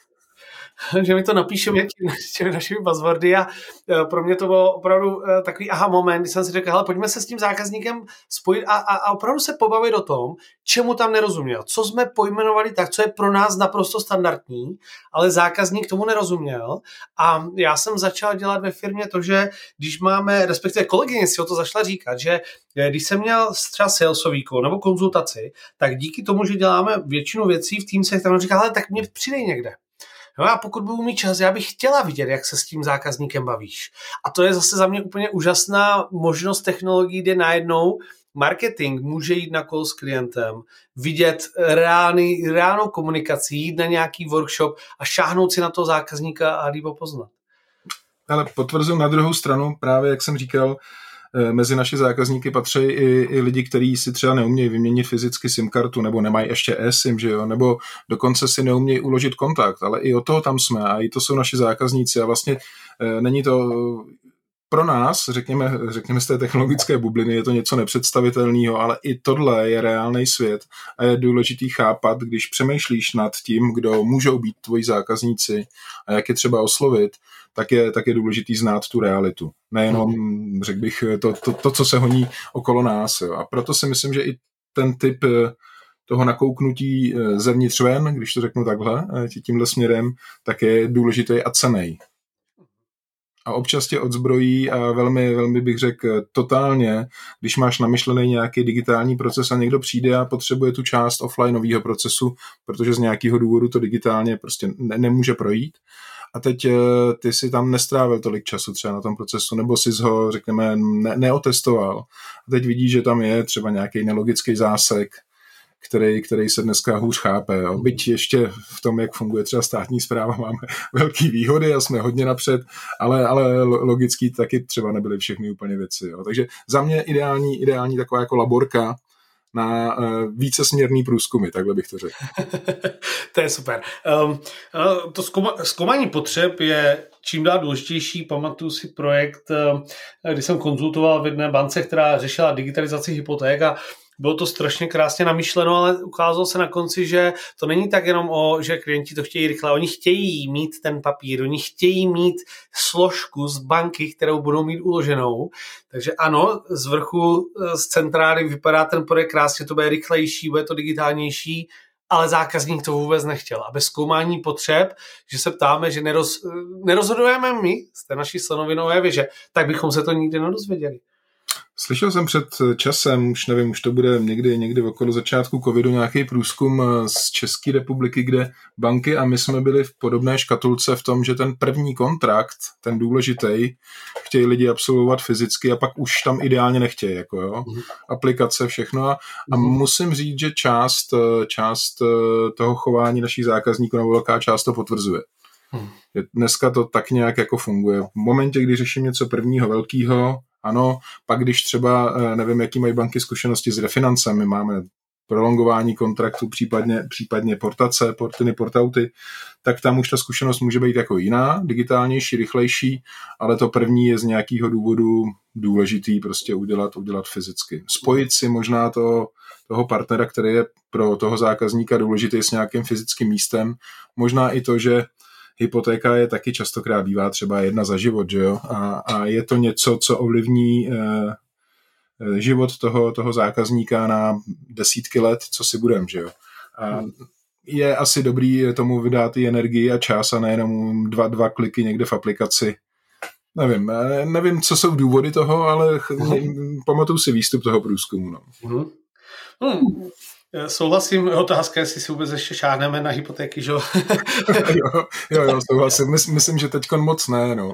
[SPEAKER 2] Že mi to napíšeme těmi našimi buzzwordy a pro mě to bylo opravdu takový aha moment, kdy jsem si řekl, hele, pojďme se s tím zákazníkem spojit a, a, a opravdu se pobavit o tom, čemu tam nerozuměl, co jsme pojmenovali tak, co je pro nás naprosto standardní, ale zákazník tomu nerozuměl a já jsem začal dělat ve firmě to, že když máme, respektive kolegyně si o to zašla říkat, že když jsem měl třeba salesový call nebo konzultaci, tak díky tomu, že děláme většinu věcí v týmce, tak on říká, hele, tak mě přidej někde. No a pokud budu mít čas, já bych chtěla vidět, jak se s tím zákazníkem bavíš. A to je zase za mě úplně úžasná možnost technologií, kde najednou marketing může jít na call s klientem, vidět reálný, reálnou komunikaci, jít na nějaký workshop a šáhnout si na toho zákazníka a líp ho poznat.
[SPEAKER 3] Ale potvrzuji na druhou stranu, právě jak jsem říkal, mezi naše zákazníky patří i, i lidi, kteří si třeba neumějí vyměnit fyzicky SIM kartu, nebo nemají ještě eSIM, že jo, nebo dokonce si neumějí uložit kontakt, ale i o toho tam jsme a i to jsou naši zákazníci a vlastně e, není to pro nás, řekněme, řekněme z té technologické bubliny, je to něco nepředstavitelného, ale i tohle je reálný svět a je důležitý chápat, když přemýšlíš nad tím, kdo můžou být tvoji zákazníci a jak je třeba oslovit, tak je, tak je důležitý znát tu realitu. Nejenom, řekl bych, to, to, to co se honí okolo nás. Jo. A proto si myslím, že i ten typ toho nakouknutí zevnitř ven, když to řeknu takhle, tímhle směrem, tak je důležitý a cenný. A občas tě odzbrojí a velmi, velmi bych řekl totálně, když máš namyšlený nějaký digitální proces a někdo přijde a potřebuje tu část offlineového procesu, protože z nějakého důvodu to digitálně prostě ne- nemůže projít. A teď ty si tam nestrávil tolik času třeba na tom procesu, nebo si ho, řekněme, ne- neotestoval. A teď vidíš, že tam je třeba nějaký nelogický zásek, který, který se dneska hůř chápe. Jo. Byť ještě v tom, jak funguje třeba státní správa, máme velké výhody a jsme hodně napřed, ale, ale logicky taky třeba nebyly všechny úplně věci. Jo. Takže za mě ideální, ideální taková jako laborka na uh, vícesměrný průzkumy, takhle bych to řekl.
[SPEAKER 2] To je super. Um, to zkouma, zkoumání potřeb je čím dál důležitější. Pamatuju si projekt, kdy jsem konzultoval v jedné bance, která řešila digitalizaci hypoték a bylo to strašně krásně namýšleno, ale ukázalo se na konci, že to není tak jenom o, že klienti to chtějí rychle. Oni chtějí mít ten papír, oni chtějí mít složku z banky, kterou budou mít uloženou. Takže ano, z vrchu, z centrály vypadá ten projekt krásně, to bude rychlejší, bude to digitálnější, ale zákazník to vůbec nechtěl. A bez zkoumání potřeb, že se ptáme, že neroz, nerozhodujeme my z té naší slonovinové věže, tak bychom se to nikdy nedozvěděli.
[SPEAKER 3] Slyšel jsem před časem, už nevím, už to bude někdy, někdy okolo začátku covidu, nějaký průzkum z České republiky, kde banky a my jsme byli v podobné škatulce v tom, že ten první kontrakt, ten důležitý, chtějí lidi absolvovat fyzicky a pak už tam ideálně nechtějí, jako jo, aplikace, všechno a, a musím říct, že část, část toho chování našich zákazníků nebo velká část to potvrzuje. Dneska to tak nějak jako funguje. V momentě, kdy řeším něco prvního velkého, ano, pak když třeba, nevím, jaký mají banky zkušenosti s refinancem, my máme prolongování kontraktu, případně, případně portace, portiny, portauty, tak tam už ta zkušenost může být jako jiná, digitálnější, rychlejší, ale to první je z nějakého důvodu důležitý prostě udělat, udělat fyzicky. Spojit si možná to, toho partnera, který je pro toho zákazníka důležitý s nějakým fyzickým místem, možná i to, že hypotéka je taky častokrát bývá třeba jedna za život, že jo? A, a je to něco, co ovlivní eh, život toho, toho zákazníka na desítky let, co si budem, že jo? A je asi dobrý tomu vydat i energii a čas a nejenom dva, dva kliky někde v aplikaci. Nevím, nevím, co jsou důvody toho, ale pamatuju si výstup toho průzkumu. No.
[SPEAKER 2] Hmm. Hmm. Souhlasím, otázka, jestli si vůbec ještě šáhneme na hypotéky, že jo?
[SPEAKER 3] jo, jo, jo, souhlasím. Mys, myslím, že teďkon moc ne, no.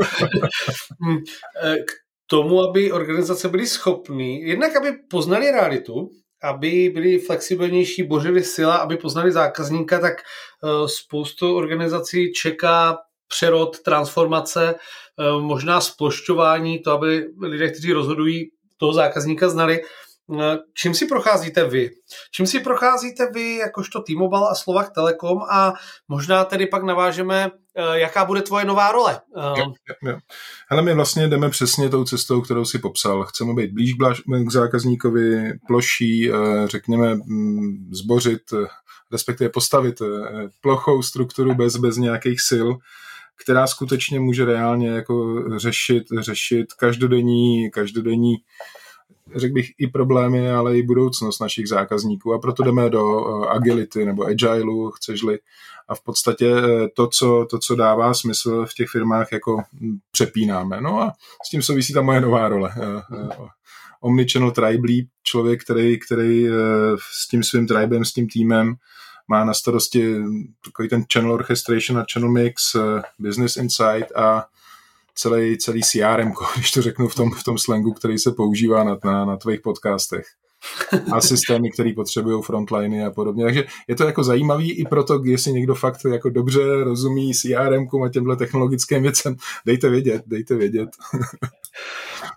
[SPEAKER 2] K tomu, aby organizace byly schopný, jednak aby poznali realitu, aby byli flexibilnější, bořili sila, aby poznali zákazníka, tak spoustu organizací čeká přerod, transformace, možná splošťování, to, aby lidé, kteří rozhodují, toho zákazníka znali. Čím si procházíte vy? Čím si procházíte vy jakožto T-Mobile a Slovak Telekom a možná tedy pak navážeme, jaká bude tvoje nová role?
[SPEAKER 3] Jo, jo, jo. Hele, my vlastně jdeme přesně tou cestou, kterou si popsal. Chceme být blíž k zákazníkovi, ploší, řekněme, zbořit, respektive postavit plochou strukturu bez, bez nějakých sil, která skutečně může reálně jako řešit, řešit každodenní, každodenní řekl bych i problémy, ale i budoucnost našich zákazníků a proto jdeme do agility nebo agileu, chceš-li. A v podstatě to co, to, co dává smysl v těch firmách, jako přepínáme. No a s tím souvisí ta moje nová role. Omnichannel tribe lead, člověk, který, který s tím svým tribem, s tím týmem má na starosti takový ten channel orchestration a channel mix, business insight a celý, celý C R M, když to řeknu v tom, v tom slangu, který se používá na, na, na tvých podcastech. A systémy, které potřebují frontliny a podobně. Takže je to jako zajímavý i proto, jestli někdo fakt jako dobře rozumí C R M ku a těmhle technologickým věcem, dejte vědět, dejte vědět.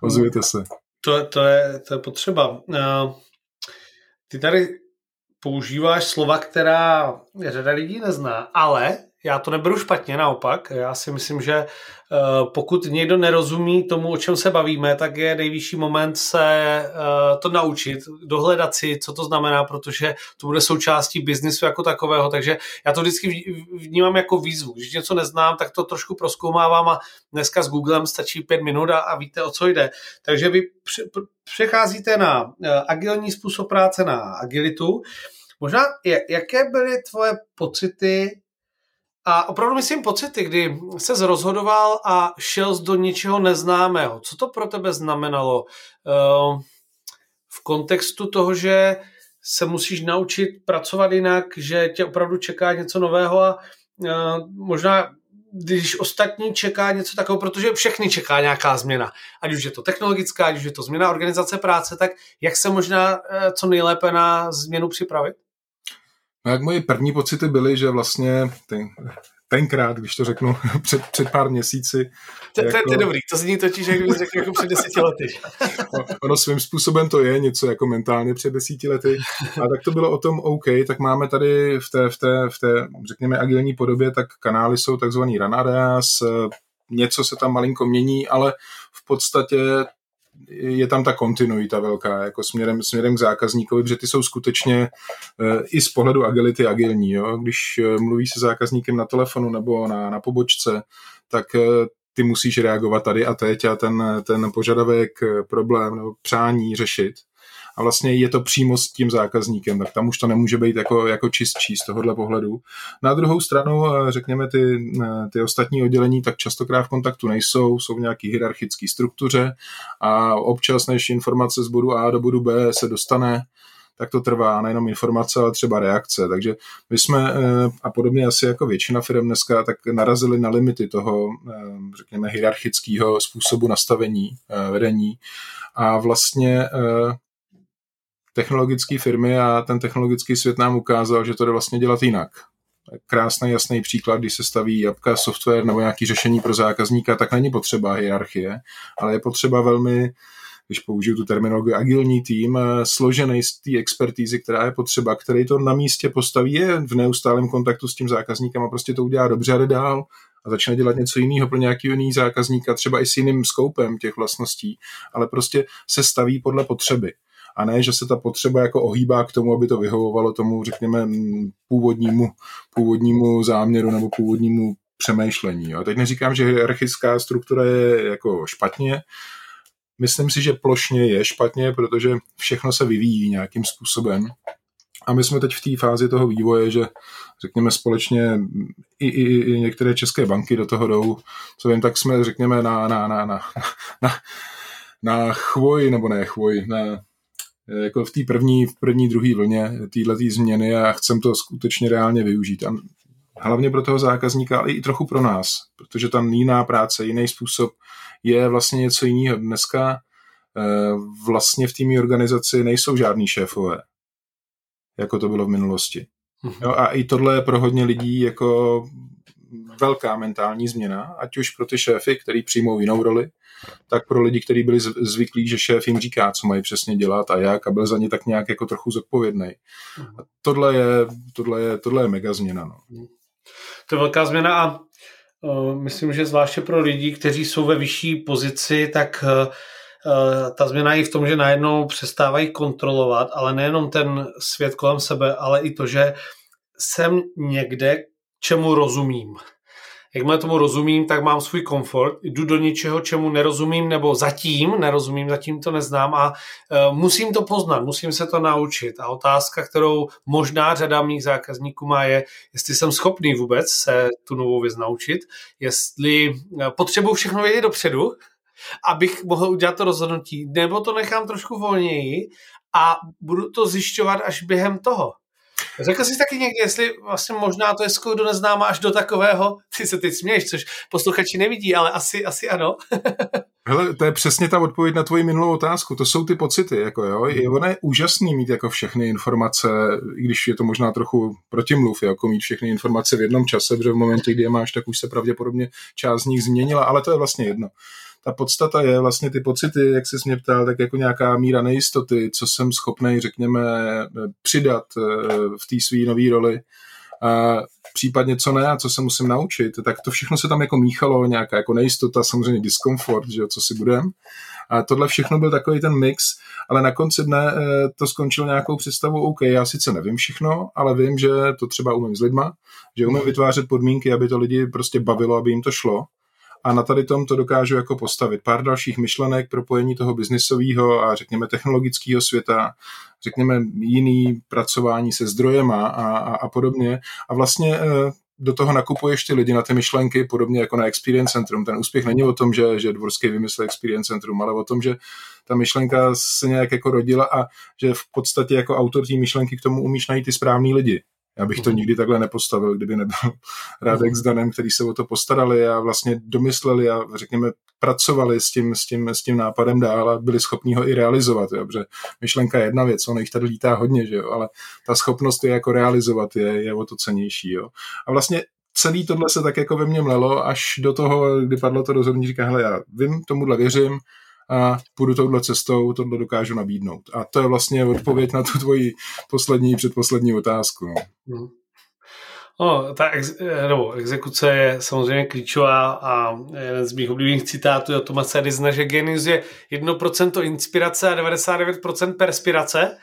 [SPEAKER 3] ozvěte se.
[SPEAKER 2] To, to, je, to je potřeba. Ty tady používáš slova, která řada lidí nezná, ale já to neberu špatně, naopak. Já si myslím, že pokud někdo nerozumí tomu, o čem se bavíme, tak je nejvyšší moment se to naučit, dohledat si, co to znamená, protože to bude součástí biznisu jako takového, takže já to vždycky vnímám jako výzvu. Když něco neznám, tak to trošku prozkoumávám a dneska s Googlem stačí pět minut a, a víte, o co jde. Takže vy přecházíte na agilní způsob práce, na agilitu. Možná, jaké byly tvoje pocity a opravdu myslím pocity, kdy ses rozhodoval a šel do něčeho neznámého. Co to pro tebe znamenalo? V kontextu toho, že se musíš naučit pracovat jinak, že tě opravdu čeká něco nového a možná když ostatní čeká něco takového, protože všechny čeká nějaká změna. Ať už je to technologická, ať už je to změna organizace práce, tak jak se možná co nejlépe na změnu připravit?
[SPEAKER 3] No jak moje první pocity byly, že vlastně ten, tenkrát, když to řeknu, před, před pár měsíci...
[SPEAKER 2] To, jako, to je dobrý, to zní totiž, jak bych řekl, jako před deseti lety.
[SPEAKER 3] Ono svým způsobem to je něco jako mentálně před desíti lety. A tak to bylo o tom, OK, tak máme tady v té, v té, v té řekněme, agilní podobě, tak kanály jsou takzvaný run areas, něco se tam malinko mění, ale v podstatě je tam ta kontinuita velká, jako směrem, směrem k zákazníkovi, protože ty jsou skutečně e, i z pohledu agility agilní. Jo? Když mluvíš se zákazníkem na telefonu nebo na, na pobočce, tak e, ty musíš reagovat tady a teď a ten, ten požadavek, problém nebo přání řešit. A vlastně je to přímo s tím zákazníkem, tak tam už to nemůže být jako, jako čistší z tohohle pohledu. Na druhou stranu, řekněme, ty, ty ostatní oddělení tak častokrát v kontaktu nejsou, jsou v nějaké hierarchické struktuře a občas, než informace z bodu A do bodu B se dostane, tak to trvá nejenom informace, ale třeba reakce. Takže my jsme, a podobně asi jako většina firm dneska, tak narazili na limity toho, řekněme, hierarchického způsobu nastavení, vedení a vlastně technologické firmy a ten technologický svět nám ukázal, že to jde vlastně dělat jinak. Krásný, jasný příklad, když se staví apka, software nebo nějaké řešení pro zákazníka, tak není potřeba hierarchie, ale je potřeba velmi, když použiju tu terminologii, agilní tým, složený z té expertízy, která je potřeba, který to na místě postaví, je v neustálém kontaktu s tím zákazníkem a prostě to udělá dobře a jde dál a začne dělat něco jiného pro nějaký jiný zákazníka, třeba i s jiným skoupem těch vlastností, ale prostě se staví podle potřeby. A ne, že se ta potřeba jako ohýbá k tomu, aby to vyhovovalo tomu, řekněme, původnímu, původnímu záměru nebo původnímu přemýšlení. Jo. Teď neříkám, že hierarchická struktura je jako špatně. Myslím si, že plošně je špatně, protože všechno se vyvíjí nějakým způsobem. A my jsme teď v té fázi toho vývoje, že řekněme společně i, i, i některé české banky do toho jdou. Co vím, tak jsme řekněme na, na, na, na, na, na chvoj, nebo ne chvoj, na jako v té první, v první, druhé vlně téhletý změny a chcem to skutečně reálně využít. A hlavně pro toho zákazníka, ale i trochu pro nás, protože ta jiná práce, jiný způsob je vlastně něco jiného. Dneska vlastně v týmní organizaci nejsou žádný šéfové, jako to bylo v minulosti. Jo, a i tohle je pro hodně lidí jako velká mentální změna, ať už pro ty šéfy, který přijmou jinou roli, tak pro lidi, kteří byli zvyklí, že šéf jim říká, co mají přesně dělat a jak, a byl za ně tak nějak jako trochu zodpovědný. A tohle je, tohle je, tohle je mega změna. No.
[SPEAKER 2] To je velká změna a uh, myslím, že zvláště pro lidi, kteří jsou ve vyšší pozici, tak uh, ta změna je v tom, že najednou přestávají kontrolovat, ale nejenom ten svět kolem sebe, ale i to, že jsem někde, čemu rozumím. Jakmile tomu rozumím, tak mám svůj komfort, jdu do něčeho, čemu nerozumím, nebo zatím nerozumím, zatím to neznám a uh, musím to poznat, musím se to naučit. A otázka, kterou možná řada mých zákazníků má, je, jestli jsem schopný vůbec se tu novou věc naučit, jestli uh, potřebuji všechno vědět dopředu, abych mohl udělat to rozhodnutí, nebo to nechám trošku volněji a budu to zjišťovat až během toho. Řekl jsi taky někdy, jestli vlastně možná to je skoro do neznáma až do takového, ty se teď směješ, což posluchači nevidí, ale asi, asi ano.
[SPEAKER 3] Hele, to je přesně ta odpověď na tvoji minulou otázku, to jsou ty pocity, jako jo, je, ono je úžasný mít jako všechny informace, i když je to možná trochu protimluv, jako mít všechny informace v jednom čase, protože v momentě, kdy je máš, tak už se pravděpodobně část z nich změnila, ale to je vlastně jedno. ta podstata je vlastně ty pocity, jak jsi mě ptal, tak jako nějaká míra nejistoty, co jsem schopnej, řekněme, přidat v té své nové roli. A případně co ne a co se musím naučit, tak to všechno se tam jako míchalo, nějaká jako nejistota, samozřejmě diskomfort, že jo, co si budem. A tohle všechno byl takový ten mix, ale na konci dne to skončilo nějakou představou, OK, já sice nevím všechno, ale vím, že to třeba umím s lidma, že umím vytvářet podmínky, aby to lidi prostě bavilo, aby jim to šlo. A na tady tom to dokážu jako postavit. Pár dalších myšlenek, propojení toho biznisového a řekněme technologického světa, řekněme jiný pracování se zdrojema a, a, a podobně. A vlastně do toho nakupuješ ty lidi na ty myšlenky, podobně jako na Experience Centrum. Ten úspěch není o tom, že, že Dvorský vymyslel Experience Centrum, ale o tom, že ta myšlenka se nějak jako rodila a že v podstatě jako autor té myšlenky k tomu umíš najít ty správný lidi. Já bych to nikdy takhle nepostavil, kdyby nebyl Radek s Danem, který se o to postarali a vlastně domysleli a řekněme pracovali s tím, s tím, s tím nápadem dál a byli schopni ho i realizovat, jo, protože myšlenka je jedna věc, ono jich tady lítá hodně, že jo, ale ta schopnost je jako realizovat je, je o to cennější, jo. A vlastně celý tohle se tak jako ve mně mlelo, až do toho, kdy padlo to rozhodnutí, říká, hele, já vím, tomuhle věřím, a půjdu touhle cestou, tohle dokážu nabídnout. A to je vlastně odpověď na tu tvoji poslední, předposlední otázku. No.
[SPEAKER 2] No, ta ex, no, exekuce je samozřejmě klíčová a jeden z mých oblíbených citátů je od Thomase Edisona, že genius je jedno procento inspirace a devadesát devět procent perspirace.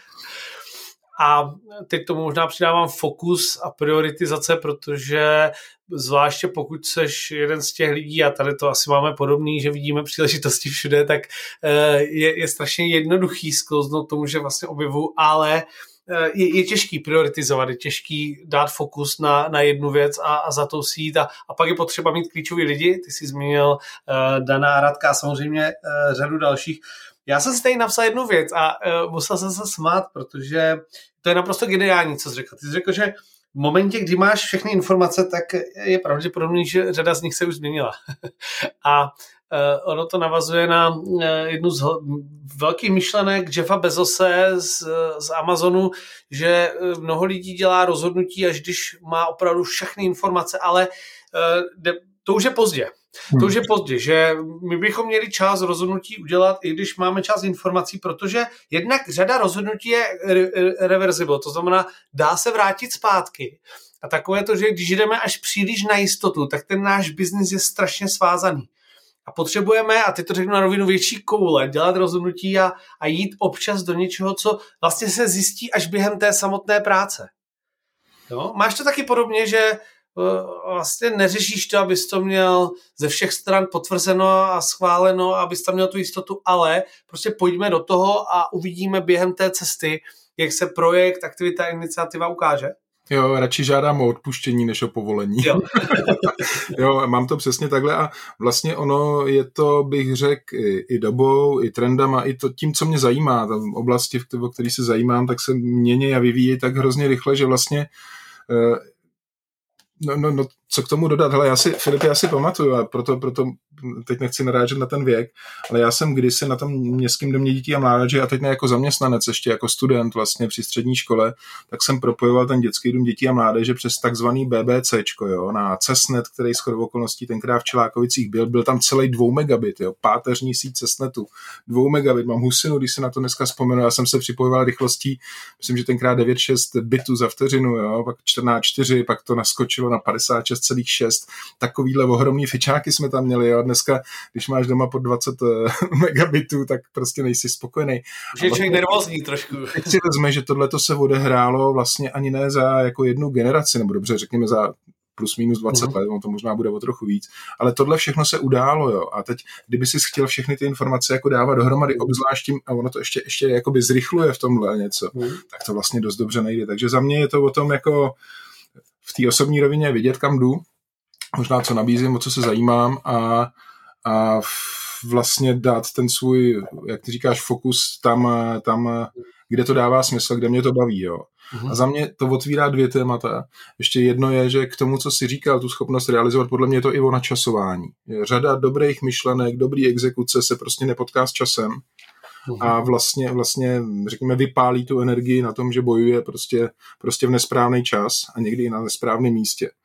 [SPEAKER 2] A teď tomu možná přidávám fokus a prioritizace, protože zvláště pokud seš jeden z těch lidí, a tady to asi máme podobný, že vidíme příležitosti všude, tak je, je strašně jednoduchý sklouznout tomu, že vlastně objevu, ale je, je těžký prioritizovat, je těžký dát fokus na, na jednu věc a, a za to si jít. A, a pak je potřeba mít klíčový lidi, ty jsi zmínil uh, Dana, Radka a samozřejmě uh, řadu dalších. Já jsem si tady napsal jednu věc a uh, musel jsem se smát, protože to je naprosto geniální, co jsi řekl. Ty jsi řekl, že v momentě, kdy máš všechny informace, tak je pravděpodobný, že řada z nich se už změnila. A uh, ono to navazuje na uh, jednu z velkých myšlenek Jeffa Bezose z, z Amazonu, že mnoho lidí dělá rozhodnutí, až když má opravdu všechny informace, ale uh, de, to už je pozdě. To už je pozdě, že my bychom měli část rozhodnutí udělat, i když máme část informací, protože jednak řada rozhodnutí je re- reversible, to znamená, dá se vrátit zpátky. A takové to, že když jdeme až příliš na jistotu, tak ten náš biznis je strašně svázaný. A potřebujeme, a teď to řeknu na rovinu, větší koule, dělat rozhodnutí a, a jít občas do něčeho, co vlastně se zjistí až během té samotné práce. Jo? Máš to taky podobně, že vlastně neřešíš to, abys to měl ze všech stran potvrzeno a schváleno, abys tam měl tu jistotu, ale prostě pojďme do toho a uvidíme během té cesty, jak se projekt, aktivita, iniciativa ukáže.
[SPEAKER 3] Jo, radši žádám o odpuštění, než o povolení. Jo. Jo, mám to přesně takhle a vlastně ono je to, bych řekl, i, i dobou, i trendama, i to tím, co mě zajímá, tam oblasti, o který se zajímám, tak se mění a vyvíjí tak hrozně rychle, že vlastně No, no, no, co k tomu dodat? Hele, já si, Filip, já si pamatuju a proto, proto teď nechci narážet na ten věk, ale já jsem kdysi na tom městském domě dětí a mládeže a teď ne jako zaměstnanec, ještě jako student vlastně při střední škole, tak jsem propojoval ten dětský dům dětí a mládeže přes takzvaný BBCčko, jo, na Cessnet, který shodou okolností tenkrát v Čelákovicích byl, byl tam celý dvou megabit, jo, páteřní síť Cessnetu, dvou megabit, mám husinu, když se na to dneska vzpomenu, já jsem se připojoval rychlostí, myslím, že tenkrát devět celá šest bitů za vteřinu, jo, pak čtrnáct celá čtyři, pak to naskočilo na padesát šest celá šest, takovýhle ohromný fičáky jsme tam měli, jo. Dneska, když máš doma pod dvacet megabitů, tak prostě nejsi spokojený.
[SPEAKER 2] Už je člověk nervózní trošku.
[SPEAKER 3] Teď si vezme, že tohleto se odehrálo vlastně ani ne za jako jednu generaci, nebo dobře, řekněme za plus minus dvacet uh-huh. let, on to možná bude o trochu víc, ale tohle všechno se událo, jo. A teď, kdyby si chtěl všechny ty informace jako dávat dohromady, obzvlášť tím, a ono to ještě, ještě jakoby zrychluje v tomhle něco, uh-huh. tak to vlastně dost dobře nejde. Takže za mě je to o tom jako v té osobní rovině vidět, kam jdu, možná co nabízím, o co se zajímám a, a vlastně dát ten svůj, jak ty říkáš, fokus tam, tam kde to dává smysl, kde mě to baví. Jo. Uh-huh. A za mě to otvírá dvě témata. Ještě jedno je, že k tomu, co jsi říkal, tu schopnost realizovat, podle mě je to i o načasování. Je řada dobrých myšlenek, dobrý exekuce se prostě nepotká s časem. Uh-huh. A vlastně, vlastně, řekněme, vypálí tu energii na tom, že bojuje prostě, prostě v nesprávný čas a někdy i na nesprávném místě.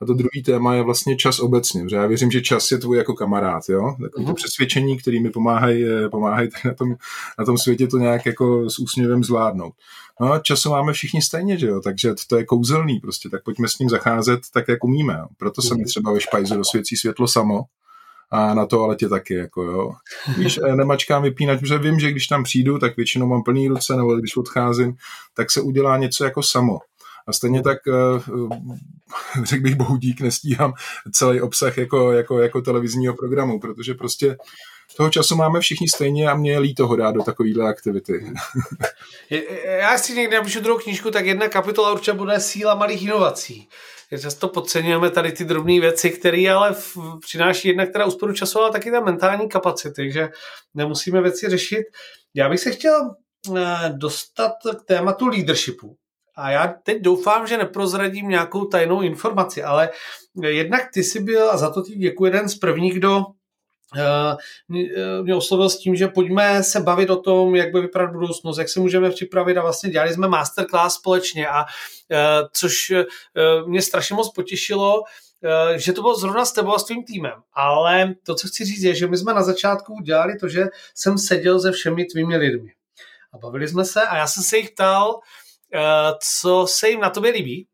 [SPEAKER 3] A to druhý téma je vlastně čas obecně, protože já věřím, že čas je tvůj jako kamarád, jo? Takový to přesvědčení, který mi pomáhají pomáhaj na, tom, na tom světě to nějak jako s úsměvem zvládnout. No a času máme všichni stejně, že jo? Takže to je kouzelný prostě, tak pojďme s ním zacházet tak, jak umíme. Jo? Proto se mi třeba ve špajzu dosvěcí světlo samo a na toaletě taky, jako jo. Víš, nemačkám vypínač, protože vím, že když tam přijdu, tak většinou mám plný ruce, nebo když odcházím, tak se udělá něco jako samo. A stejně tak, řekl bych bohu dík, nestíhám celý obsah jako, jako, jako televizního programu, protože prostě toho času máme všichni stejně a mě je líto ho dát do takovýhle aktivity.
[SPEAKER 2] Já si někdy napíšu druhou knížku, tak jedna kapitola určitě bude síla malých inovací. Často podceňujeme tady ty drobné věci, které ale v, přináší jednak teda úsporu času, ale taky ta mentální kapacity, že nemusíme věci řešit. Já bych se chtěl dostat k tématu leadershipu. A já teď doufám, že neprozradím nějakou tajnou informaci, ale jednak ty jsi byl, a za to ti děkuji, jeden z prvních, kdo mě oslovil s tím, že pojďme se bavit o tom, jak by vypadat budoucnost, jak se můžeme připravit, a vlastně dělali jsme masterclass společně, a což mě strašně moc potěšilo, že to bylo zrovna s tebou a s tvým týmem. Ale to, co chci říct, je, že my jsme na začátku dělali to, že jsem seděl se všemi tvými lidmi. A bavili jsme se a já jsem se jich ptal, co se jim na tobě líbí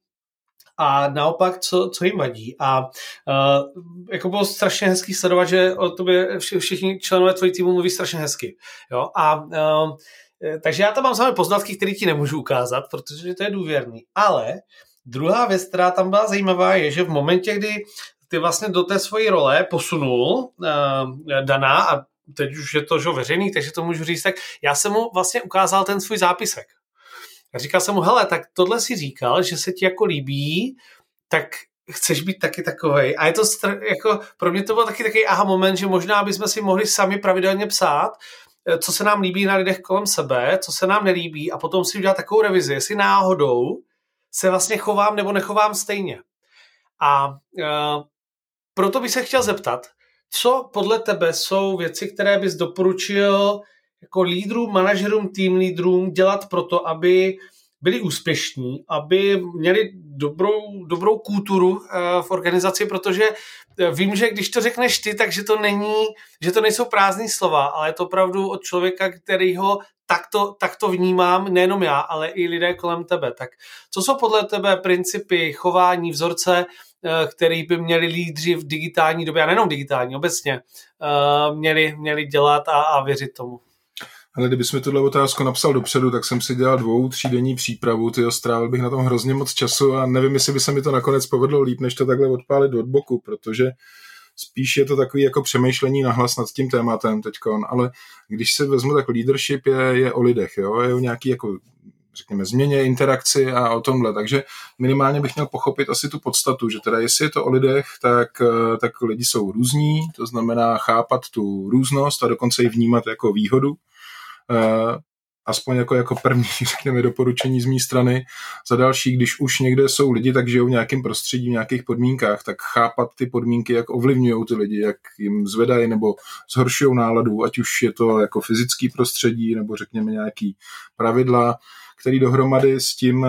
[SPEAKER 2] a naopak, co, co jim vadí. A uh, jako bylo strašně hezký sledovat, že o tobě všichni členové tvojí týmu mluví strašně hezky. Jo? A uh, takže já tam mám samé poznatky, které ti nemůžu ukázat, protože to je důvěrný. Ale druhá věc, která tam byla zajímavá, je, že v momentě, kdy ty vlastně do té svojí role posunul uh, Dana, a teď už je to že veřejný, takže to můžu říct, tak já jsem mu vlastně ukázal ten svůj zápisek. A říkal jsem mu, hele, tak tohle si říkal, že se ti jako líbí, tak chceš být taky takovej. A je to str- jako, pro mě to byl taky takový aha moment, že možná bychom si mohli sami pravidelně psát, co se nám líbí na lidech kolem sebe, co se nám nelíbí, a potom si udělat takovou revizi, jestli náhodou se vlastně chovám nebo nechovám stejně. A uh, proto bych se chtěl zeptat, co podle tebe jsou věci, které bys doporučil jako lídrům, manažerům, tým lídrům dělat proto, aby byli úspěšní, aby měli dobrou, dobrou kulturu v organizaci, protože vím, že když to řekneš ty, takže to není, že to nejsou prázdný slova, ale je to opravdu od člověka, kterýho takto, takto vnímám, nejenom já, ale i lidé kolem tebe. Tak co jsou podle tebe principy, chování, vzorce, který by měli lídři v digitální době, a nejenom digitální, obecně, měli, měli dělat a, a věřit tomu?
[SPEAKER 3] Ale kdybys mi tuhle otázku napsal dopředu, tak jsem si dělal dvou, třídenní přípravu, tyjo, strávil bych na tom hrozně moc času a nevím, jestli by se mi to nakonec povedlo líp, než to takhle odpálit od boku, protože spíš je to takový jako přemýšlení nahlas nad tím tématem teďkon, ale když se vezmu, tak leadership je, je o lidech, jo, je o nějaký jako, řekněme, změně, interakci a o tomhle, takže minimálně bych měl pochopit asi tu podstatu, že teda jestli je to o lidech, tak, tak lidi jsou různí, to znamená chápat tu různost a dokonce ji vnímat jako výhodu. Uh, aspoň jako, jako první, řekněme, doporučení z mé strany. Za další, když už někde jsou lidi, tak žijou v nějakém prostředí, v nějakých podmínkách, tak chápat ty podmínky, jak ovlivňují ty lidi, jak jim zvedají nebo zhoršují náladu, ať už je to jako fyzický prostředí, nebo řekněme nějaký pravidla, který dohromady s tím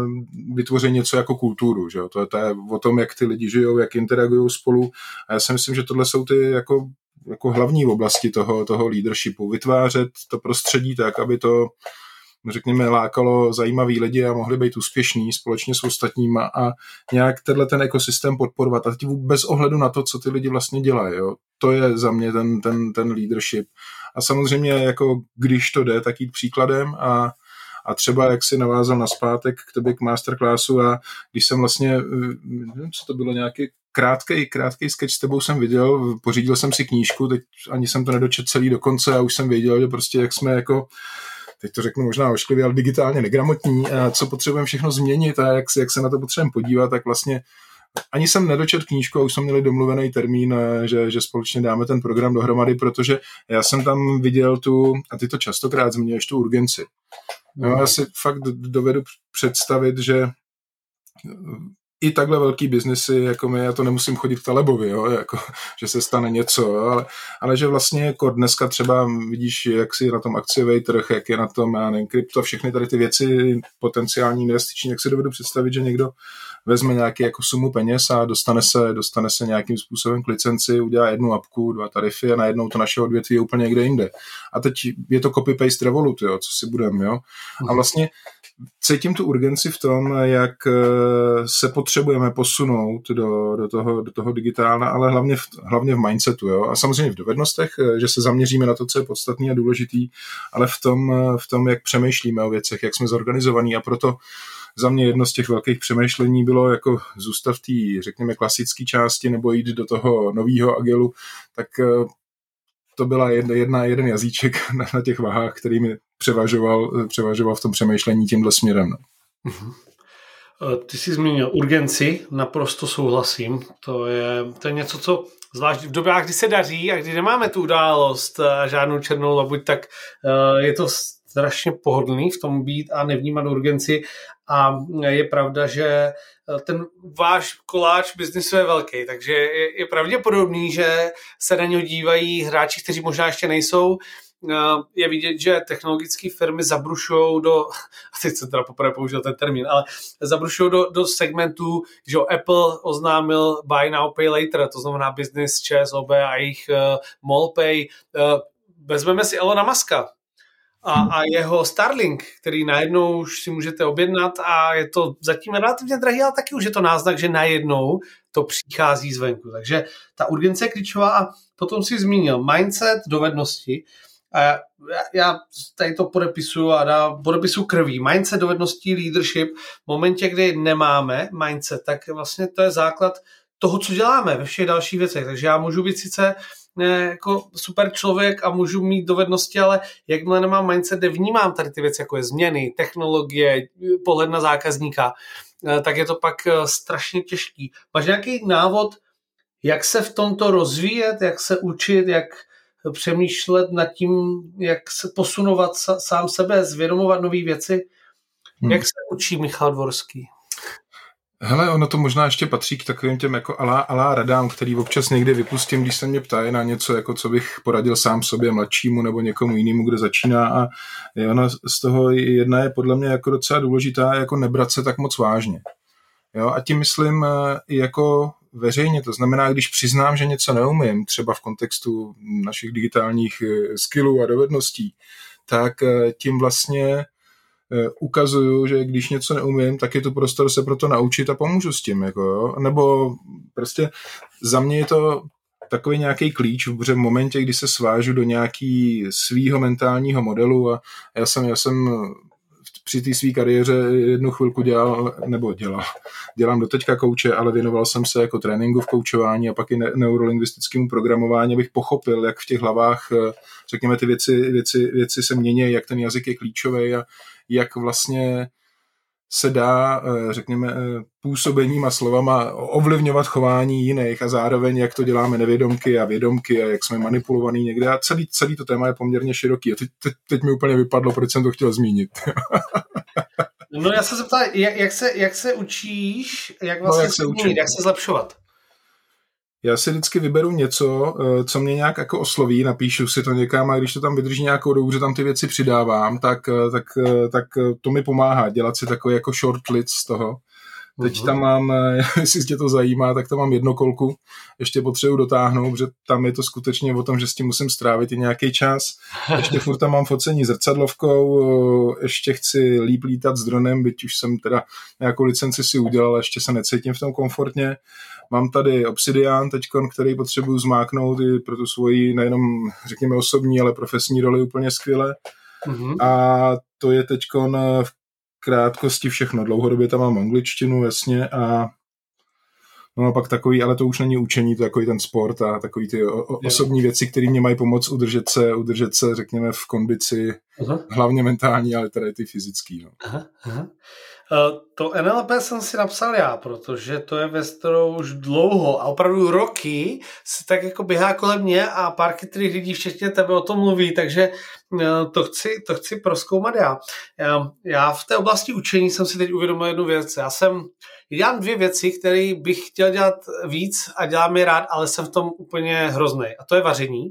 [SPEAKER 3] vytvoří něco jako kulturu. Že jo? To, je, to je o tom, jak ty lidi žijou, jak interagují spolu. A já si myslím, že tohle jsou ty jako jako hlavní oblasti toho, toho leadershipu. Vytvářet to prostředí tak, aby to, řekněme, lákalo zajímavý lidi a mohli být úspěšní společně s ostatníma a nějak tenhle ten ekosystém podporovat. A teď bez ohledu na to, co ty lidi vlastně dělají. Jo. To je za mě ten, ten, ten leadership. A samozřejmě, jako když to jde, tak jít příkladem a A třeba, jak si navázal na zpátek k tobě k masterclassu a když jsem vlastně, nevím, co to bylo, nějaký krátkej, krátkej sketch s tebou jsem viděl, pořídil jsem si knížku, teď ani jsem to nedočet celý do konce a už jsem věděl, že prostě jak jsme jako, teď to řeknu možná ošklivě, ale digitálně negramotní a co potřebujeme všechno změnit a jak, jak se na to potřebujeme podívat, tak vlastně ani jsem nedočet knížku a už jsme měli domluvený termín, že, že společně dáme ten program dohromady, protože já jsem tam viděl tu, a ty to častokrát zmiňuješ, tu urgenci. No, já si fakt dovedu představit, že i takhle velký biznesy, jako my, já to nemusím chodit k Talebovi, jo, jako, že se stane něco, jo, ale, ale že vlastně jako dneska třeba vidíš, jak si na tom akciový trh, jak je na tom, já nevím, krypto, všechny tady ty věci potenciální investiční, jak si dovedu představit, že někdo vezme nějaký jako sumu peněz a dostane se, dostane se nějakým způsobem k licenci, udělá jednu apku, dva tarify a najednou to naše odvětví je úplně někde jinde. A teď je to copy-paste Revolut, jo, co si budeme, jo. A vlastně cítím tu urgenci v tom, jak se potřebujeme posunout do, do, toho, do toho digitálna, ale hlavně v, hlavně v mindsetu, jo. A samozřejmě v dovednostech, že se zaměříme na to, co je podstatný a důležitý, ale v tom, v tom, jak přemýšlíme o věcech, jak jsme zorganizovaní, a proto za mě jedno z těch velkých přemýšlení bylo jako zůstat v té, řekněme, klasické části nebo jít do toho nového agilu, tak to byla jedna, jedna, jeden jazyček na, na těch vahách, který mi převažoval, převažoval v tom přemýšlení tímhle směrem.
[SPEAKER 2] Uh-huh. Ty jsi zmínil urgenci, naprosto souhlasím. To je, to je něco, co zvlášť v dobách, kdy se daří a kdy nemáme tu událost a žádnou černou labuť, tak je to strašně pohodlný v tom být a nevnímat urgenci. A je pravda, že ten váš koláč biznisu je velký, takže je, je pravděpodobný, že se na něho dívají hráči, kteří možná ještě nejsou. Je vidět, že technologické firmy zabrušují do, a teď jsem teda poprvé použil ten termín, ale zabrušují do, do segmentů, že Apple oznámil buy now, pay later, to znamená business, ČSOB a jejich uh, MallPay. Uh, vezmeme si Elona Muska a, a jeho Starlink, který najednou už si můžete objednat a je to zatím relativně drahý, ale taky už je to náznak, že najednou to přichází zvenku. Takže ta urgence je klíčová a potom si zmínil mindset, dovednosti. A já, já tady to podepisuju a dá, podepisuju krví. Mindset, dovedností, leadership. V momentě, kdy nemáme mindset, tak vlastně to je základ toho, co děláme ve všech dalších věcech. Takže já můžu být sice ne, jako super člověk a můžu mít dovednosti, ale jakmile nemám mindset, kde vnímám tady ty věci, jako je změny, technologie, pohled na zákazníka, tak je to pak strašně těžký. Máš nějaký návod, jak se v tomto rozvíjet, jak se učit, jak přemýšlet nad tím, jak se posunovat sám sebe, zvědomovat nové věci? Hmm. Jak se učí Michal Dvorský?
[SPEAKER 3] Hele, ono to možná ještě patří k takovým těm jako alá, alá radám, který občas někdy vypustím, když se mě ptají na něco, jako co bych poradil sám sobě, mladšímu nebo někomu jinému, kdo začíná, a ona z toho jedna je podle mě jako docela důležitá, jako nebrat se tak moc vážně. Jo, a tím myslím i jako veřejně, to znamená, když přiznám, že něco neumím, třeba v kontextu našich digitálních skillů a dovedností, tak tím vlastně ukazuju, že když něco neumím, tak je tu prostor se pro to naučit a pomůžu s tím. Jako, jo? Nebo prostě za mě je to takový nějaký klíč, protože v momentě, kdy se svážu do nějaký svýho mentálního modelu, a já jsem, já jsem při té své kariéře jednu chvilku dělal, nebo dělal, dělám doteďka kouče, ale věnoval jsem se jako tréninku v koučování a pak i neurolingvistickému programování, abych pochopil, jak v těch hlavách, řekněme, ty věci, věci, věci se mění, jak ten jazyk je klíčový a jak vlastně se dá, řekněme, působením a slovama ovlivňovat chování jiných a zároveň, jak to děláme nevědomky a vědomky a jak jsme manipulovaní někde. A celý, celý to téma je poměrně široký. A teď, teď, teď mi úplně vypadlo, proč jsem to chtěl zmínit.
[SPEAKER 2] No já se zeptal, jak, jak, se, jak se učíš, jak vlastně no, jak se změnit, jak se zlepšovat?
[SPEAKER 3] Já si vždycky vyberu něco, co mě nějak jako osloví, napíšu si to někam a když to tam vydrží nějakou dobu, že tam ty věci přidávám, tak, tak, tak to mi pomáhá dělat si takový jako short list z toho. Teď uh-huh. tam mám, jestli tě to zajímá, tak tam mám jednokolku, ještě potřebuji dotáhnout, protože tam je to skutečně o tom, že s tím musím strávit i nějaký čas. Ještě furt tam mám focení zrcadlovkou, ještě chci líp lítat s dronem, byť už jsem teda nějakou licenci si udělal, ještě se necítím v tom komfortně. Mám tady Obsidian teďkon, který potřebuju zmáknout i pro tu svoji nejenom, řekněme, osobní, ale profesní roli úplně skvěle. Uh-huh. A to je teďkon v krátkosti všechno. Dlouhodobě tam mám angličtinu, jasně, a no a pak takový, ale to už není učení, to je takový ten sport a takový ty o, o, osobní věci, které mě mají pomoct udržet se, udržet se, řekněme, v kondici, aha. hlavně mentální, ale tady ty fyzický. No.
[SPEAKER 2] Aha, aha. To N L P jsem si napsal já, protože to je věc, kterou už dlouho a opravdu roky se tak jako běhá kolem mě a pár chytrých lidí, včetně tebe, o tom mluví, takže to chci, to chci prozkoumat já. Já v té oblasti učení jsem si teď uvědomil jednu věc. Já jsem, dělám dvě věci, které bych chtěl dělat víc a dělám je rád, ale jsem v tom úplně hroznej. A to je vaření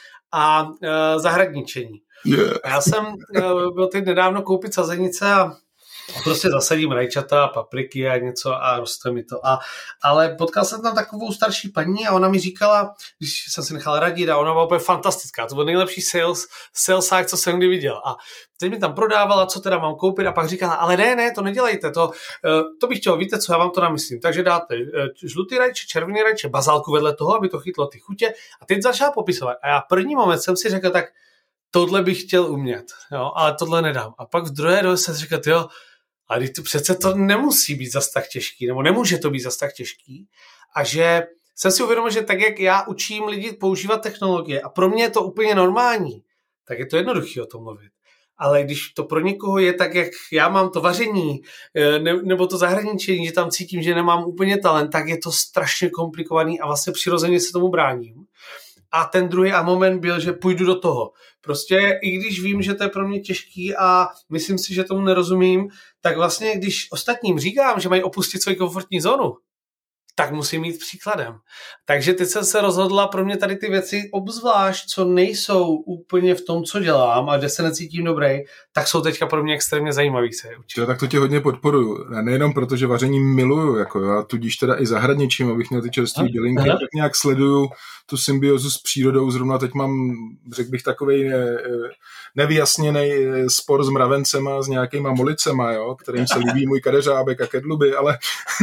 [SPEAKER 2] a zahradničení. Yeah. Já jsem byl teď nedávno koupit sazenice a prostě zasadím rajčata, papriky a něco a roste mi to. A, ale potkal jsem tam takovou starší paní a ona mi říkala, když jsem si nechal radit a ona byla úplně fantastická. To byl nejlepší sales, salesák, co jsem kdy viděl. A teď mi tam prodávala, co teda mám koupit a pak říkala, ale ne, ne, to nedělejte, to, to bych chtěl, víte co, já vám to namyslím. Takže dáte žlutý rajče, červený rajče, bazálku vedle toho, aby to chytlo ty chutě. A teď začala popisovat. A já první moment jsem si řekl, tak tohle bych chtěl umět, jo, ale tohle nedám. A pak v druhé dobe jsem si říkal, jo, ale to přece to nemusí být zas tak těžký, nebo nemůže to být zas tak těžký. A že jsem si uvědomil, že tak, jak já učím lidi používat technologie a pro mě je to úplně normální, tak je to jednoduchý o tom mluvit. Ale když to pro někoho je tak, jak já mám to vaření, ne, nebo to zahradničení, že tam cítím, že nemám úplně talent, tak je to strašně komplikovaný a vlastně přirozeně se tomu bráním. A ten druhý a moment byl, že půjdu do toho. Prostě i když vím, že to je pro mě těžký a myslím si, že tomu nerozumím, tak vlastně když ostatním říkám, že mají opustit svoji komfortní zónu, tak musím jít příkladem. Takže teď jsem se rozhodla, pro mě tady ty věci obzvlášť, co nejsou úplně v tom, co dělám a kde se necítím dobrý, tak jsou teďka pro mě extrémně zajímavý se učit.
[SPEAKER 3] Jo, tak to tě hodně podporuju. Nejenom proto, že vaření miluju, jako já tudíž teda i zahradničím, abych měl ty čerstvé bylinky, tak nějak sleduju tu symbiozu s přírodou. Zrovna teď mám, řekl bych, takovej nevyjasněný spor s mravencema, s nějakýma molicema, jo, kterým se líbí můj kadeřábek a kedluby, ale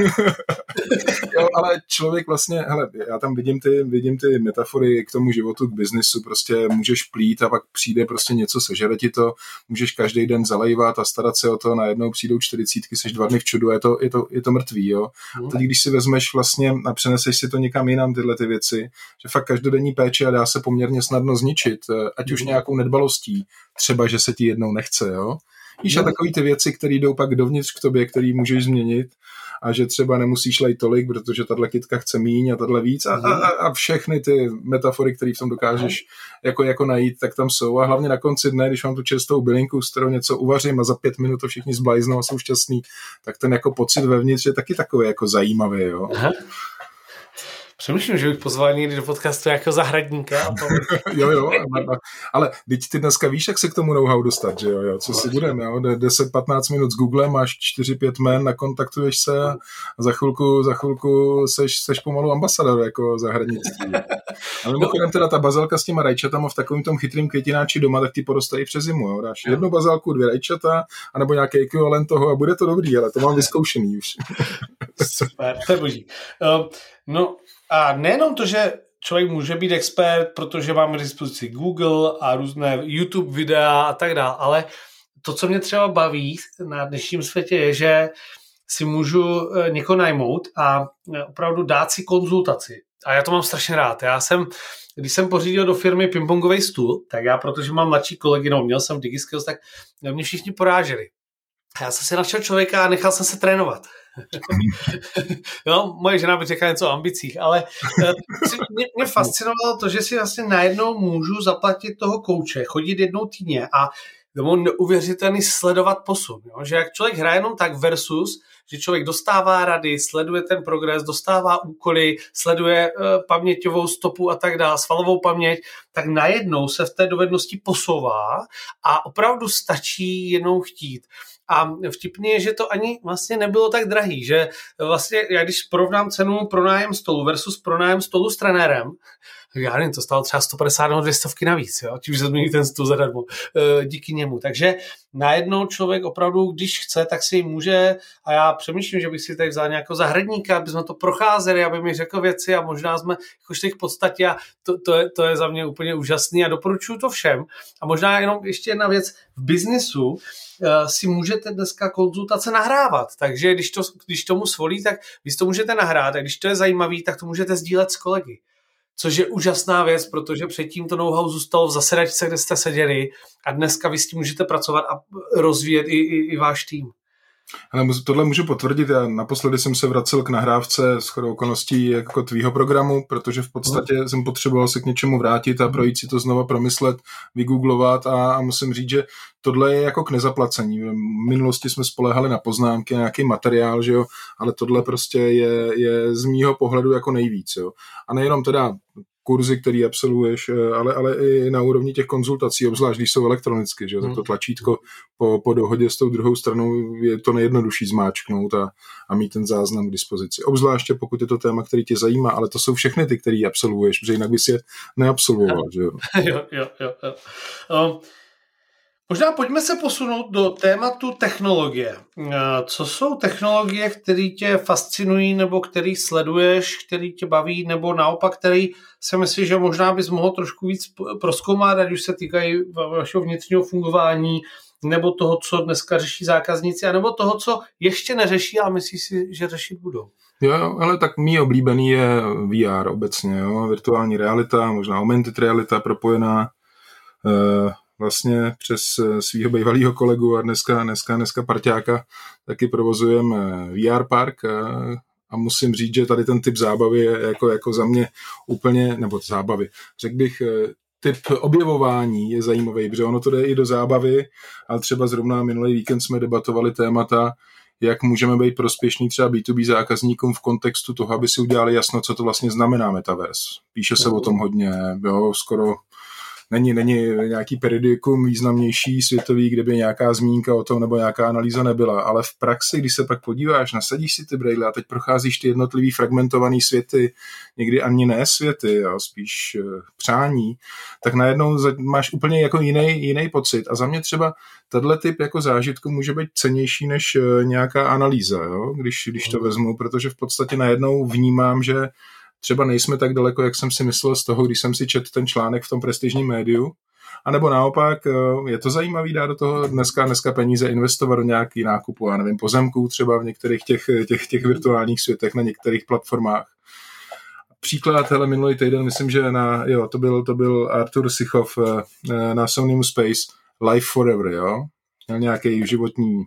[SPEAKER 3] jo, ale člověk vlastně, hele, já tam vidím ty, vidím ty metafory k tomu životu, k biznisu, prostě můžeš plít a pak přijde prostě něco, sežere ti to, můžeš každý den zalejvat a starat se o to, najednou přijdou čtyřicítky, seš dva dny v čudu, je to, je to, je to mrtvý, jo. A teď, když si vezmeš vlastně a přeneseš si to někam jinam, tyhle ty věci, že fakt každodenní péče a dá se poměrně snadno zničit, ať už nějakou nedbalostí, třeba, že se ti jednou nechce, jo. Víš, a takový ty věci, které jdou pak dovnitř k tobě, který můžeš změnit a že třeba nemusíš lejt tolik, protože tahle kytka chce míň a tahle víc a, a, a všechny ty metafory, které v tom dokážeš jako, jako najít, tak tam jsou a hlavně na konci dne, když mám tu čerstvou bylinku, s kterou něco uvařím a za pět minut to všichni zblajznou a jsou šťastný, tak ten jako pocit vevnitř je taky takový jako zajímavý, jo. Aha.
[SPEAKER 2] Přemýšlím, že bych pozval někdy do podcastu jako zahradníka. A
[SPEAKER 3] jo, jo, ale teď ty dneska víš, jak se k tomu know-how dostat, že jo, jo co si budeme, jo, deset patnáct minut s Googlem, máš čtyři pět men, nakontaktuješ se a za chvilku, za chvilku seš, seš pomalu ambasador jako zahradnictví. Ale mimochodem teda ta bazalka s těma rajčatama v takovém tom chytrým květináči doma, tak ty poroste i přes zimu, jo, dáš jednu bazalku, dvě rajčata, anebo nějaký ekvivalent toho a bude to dobrý, ale to mám vyzkoušený už.
[SPEAKER 2] Super, to je boží. Uh, no, a nejenom to, že člověk může být expert, protože máme k dispozici Google a různé YouTube videa a tak dále, ale to, co mě třeba baví na dnešním světě, je, že si můžu někoho najmout a opravdu dát si konzultaci. A já to mám strašně rád. Já jsem, když jsem pořídil do firmy pingpongový stůl, tak já, protože mám mladší kolegy, no, měl jsem DigiSkills, tak mě všichni poráželi. A já jsem si našel člověka a nechal jsem se trénovat. No, moje žena by řekla něco o ambicích, ale mě, mě fascinovalo to, že si vlastně najednou můžu zaplatit toho kouče, chodit jednou týdně a tomu neuvěřitelný sledovat posun. Jo? Že jak člověk hraje jenom tak versus, že člověk dostává rady, sleduje ten progres, dostává úkoly, sleduje uh, paměťovou stopu a tak dále, svalovou paměť, tak najednou se v té dovednosti posouvá a opravdu stačí jenom chtít. A vtipně je, že to ani vlastně nebylo tak drahý, že vlastně já když porovnám cenu pronájem stolu versus pronájem stolu s trenérem, já nevím, to stálo třeba sto padesát nebo dvě stovky navíc, jo? Tím, že změní ten stůl zadarmo e, díky němu. Takže najednou člověk opravdu, když chce, tak si může, a já přemýšlím, že bych si tady vzal nějakého zahradníka, aby jsme to procházeli, aby mi řekl věci a možná jsme jako šli k podstatě a to, to, je, to je za mě úplně úžasný a doporučuji to všem. A možná jenom ještě jedna věc, v biznisu si můžete dneska konzultace nahrávat, takže když, to, když tomu svolí, tak vy to můžete nahrát a když to je zajímavý, tak to můžete sdílet s kolegy. Což je úžasná věc, protože předtím to know-how zůstalo v zasedačce, kde jste seděli a dneska vy s tím můžete pracovat a rozvíjet i, i, i váš tým.
[SPEAKER 3] Ale tohle můžu potvrdit, já naposledy jsem se vracel k nahrávce shodou okolností jako tvýho programu, protože v podstatě mm. jsem potřeboval se k něčemu vrátit a projít si to znova promyslet, vygooglovat a, a musím říct, že tohle je jako k nezaplacení. V minulosti jsme spoléhali na poznámky, nějaký materiál, že jo, ale tohle prostě je, je z mýho pohledu jako nejvíc, jo. A nejenom teda kurzy, který absolvuješ, ale, ale i na úrovni těch konzultací, obzvlášť když jsou elektronicky, že jo, tak to tlačítko po, po dohodě s tou druhou stranou je to nejjednodušší zmáčknout a, a mít ten záznam k dispozici. Obzvláště pokud je to téma, který tě zajímá, ale to jsou všechny ty, který absolvuješ, protože jinak bys je neabsolvoval, že jo.
[SPEAKER 2] jo, jo, jo, jo. Um. Možná pojďme se posunout do tématu technologie. Co jsou technologie, které tě fascinují, nebo který sleduješ, který tě baví, nebo naopak, který si myslíš, že možná bys mohl trošku víc prozkoumat, ať už se týkají vašeho vnitřního fungování, nebo toho, co dneska řeší zákazníci, anebo toho, co ještě neřeší, ale myslíš si, že řešit budou?
[SPEAKER 3] Jo, ale tak mý oblíbený je V R obecně, jo? Virtuální realita, možná augmented realita propojená uh, vlastně přes svého bývalého kolegu a dneska, dneska, dneska parťáka taky provozujeme V R park a, a musím říct, že tady ten typ zábavy je jako, jako za mě úplně, nebo zábavy, řekl bych, typ objevování je zajímavý, protože ono to jde i do zábavy, ale třeba zrovna minulý víkend jsme debatovali témata, jak můžeme být prospěšní třeba B dva B zákazníkům v kontextu toho, aby si udělali jasno, co to vlastně znamená metaverse. Píše se o tom hodně, jo, skoro Není, není nějaký periodikum významnější světový, kde by nějaká zmínka o tom nebo nějaká analýza nebyla, ale v praxi, když se pak podíváš, nasadíš si ty brejle a teď procházíš ty jednotlivý fragmentovaný světy, někdy ani ne světy, jo, spíš přání, tak najednou máš úplně jako jiný, jiný pocit. A za mě třeba tenhle typ jako zážitku může být cennější než nějaká analýza, jo, když, když to vezmu, protože v podstatě najednou vnímám, že třeba nejsme tak daleko, jak jsem si myslel z toho, když jsem si četl ten článek v tom prestižním médiu. A nebo naopak, je to zajímavý dát do toho dneska, dneska peníze investovat do nějaký nákupu, já nevím, pozemků třeba v některých těch, těch, těch virtuálních světech, na některých platformách. Příklad, hele, minulý týden, myslím, že na, jo, to byl, to byl Artur Sichov na Somnium Space, Life Forever, jo? Měl nějaký životní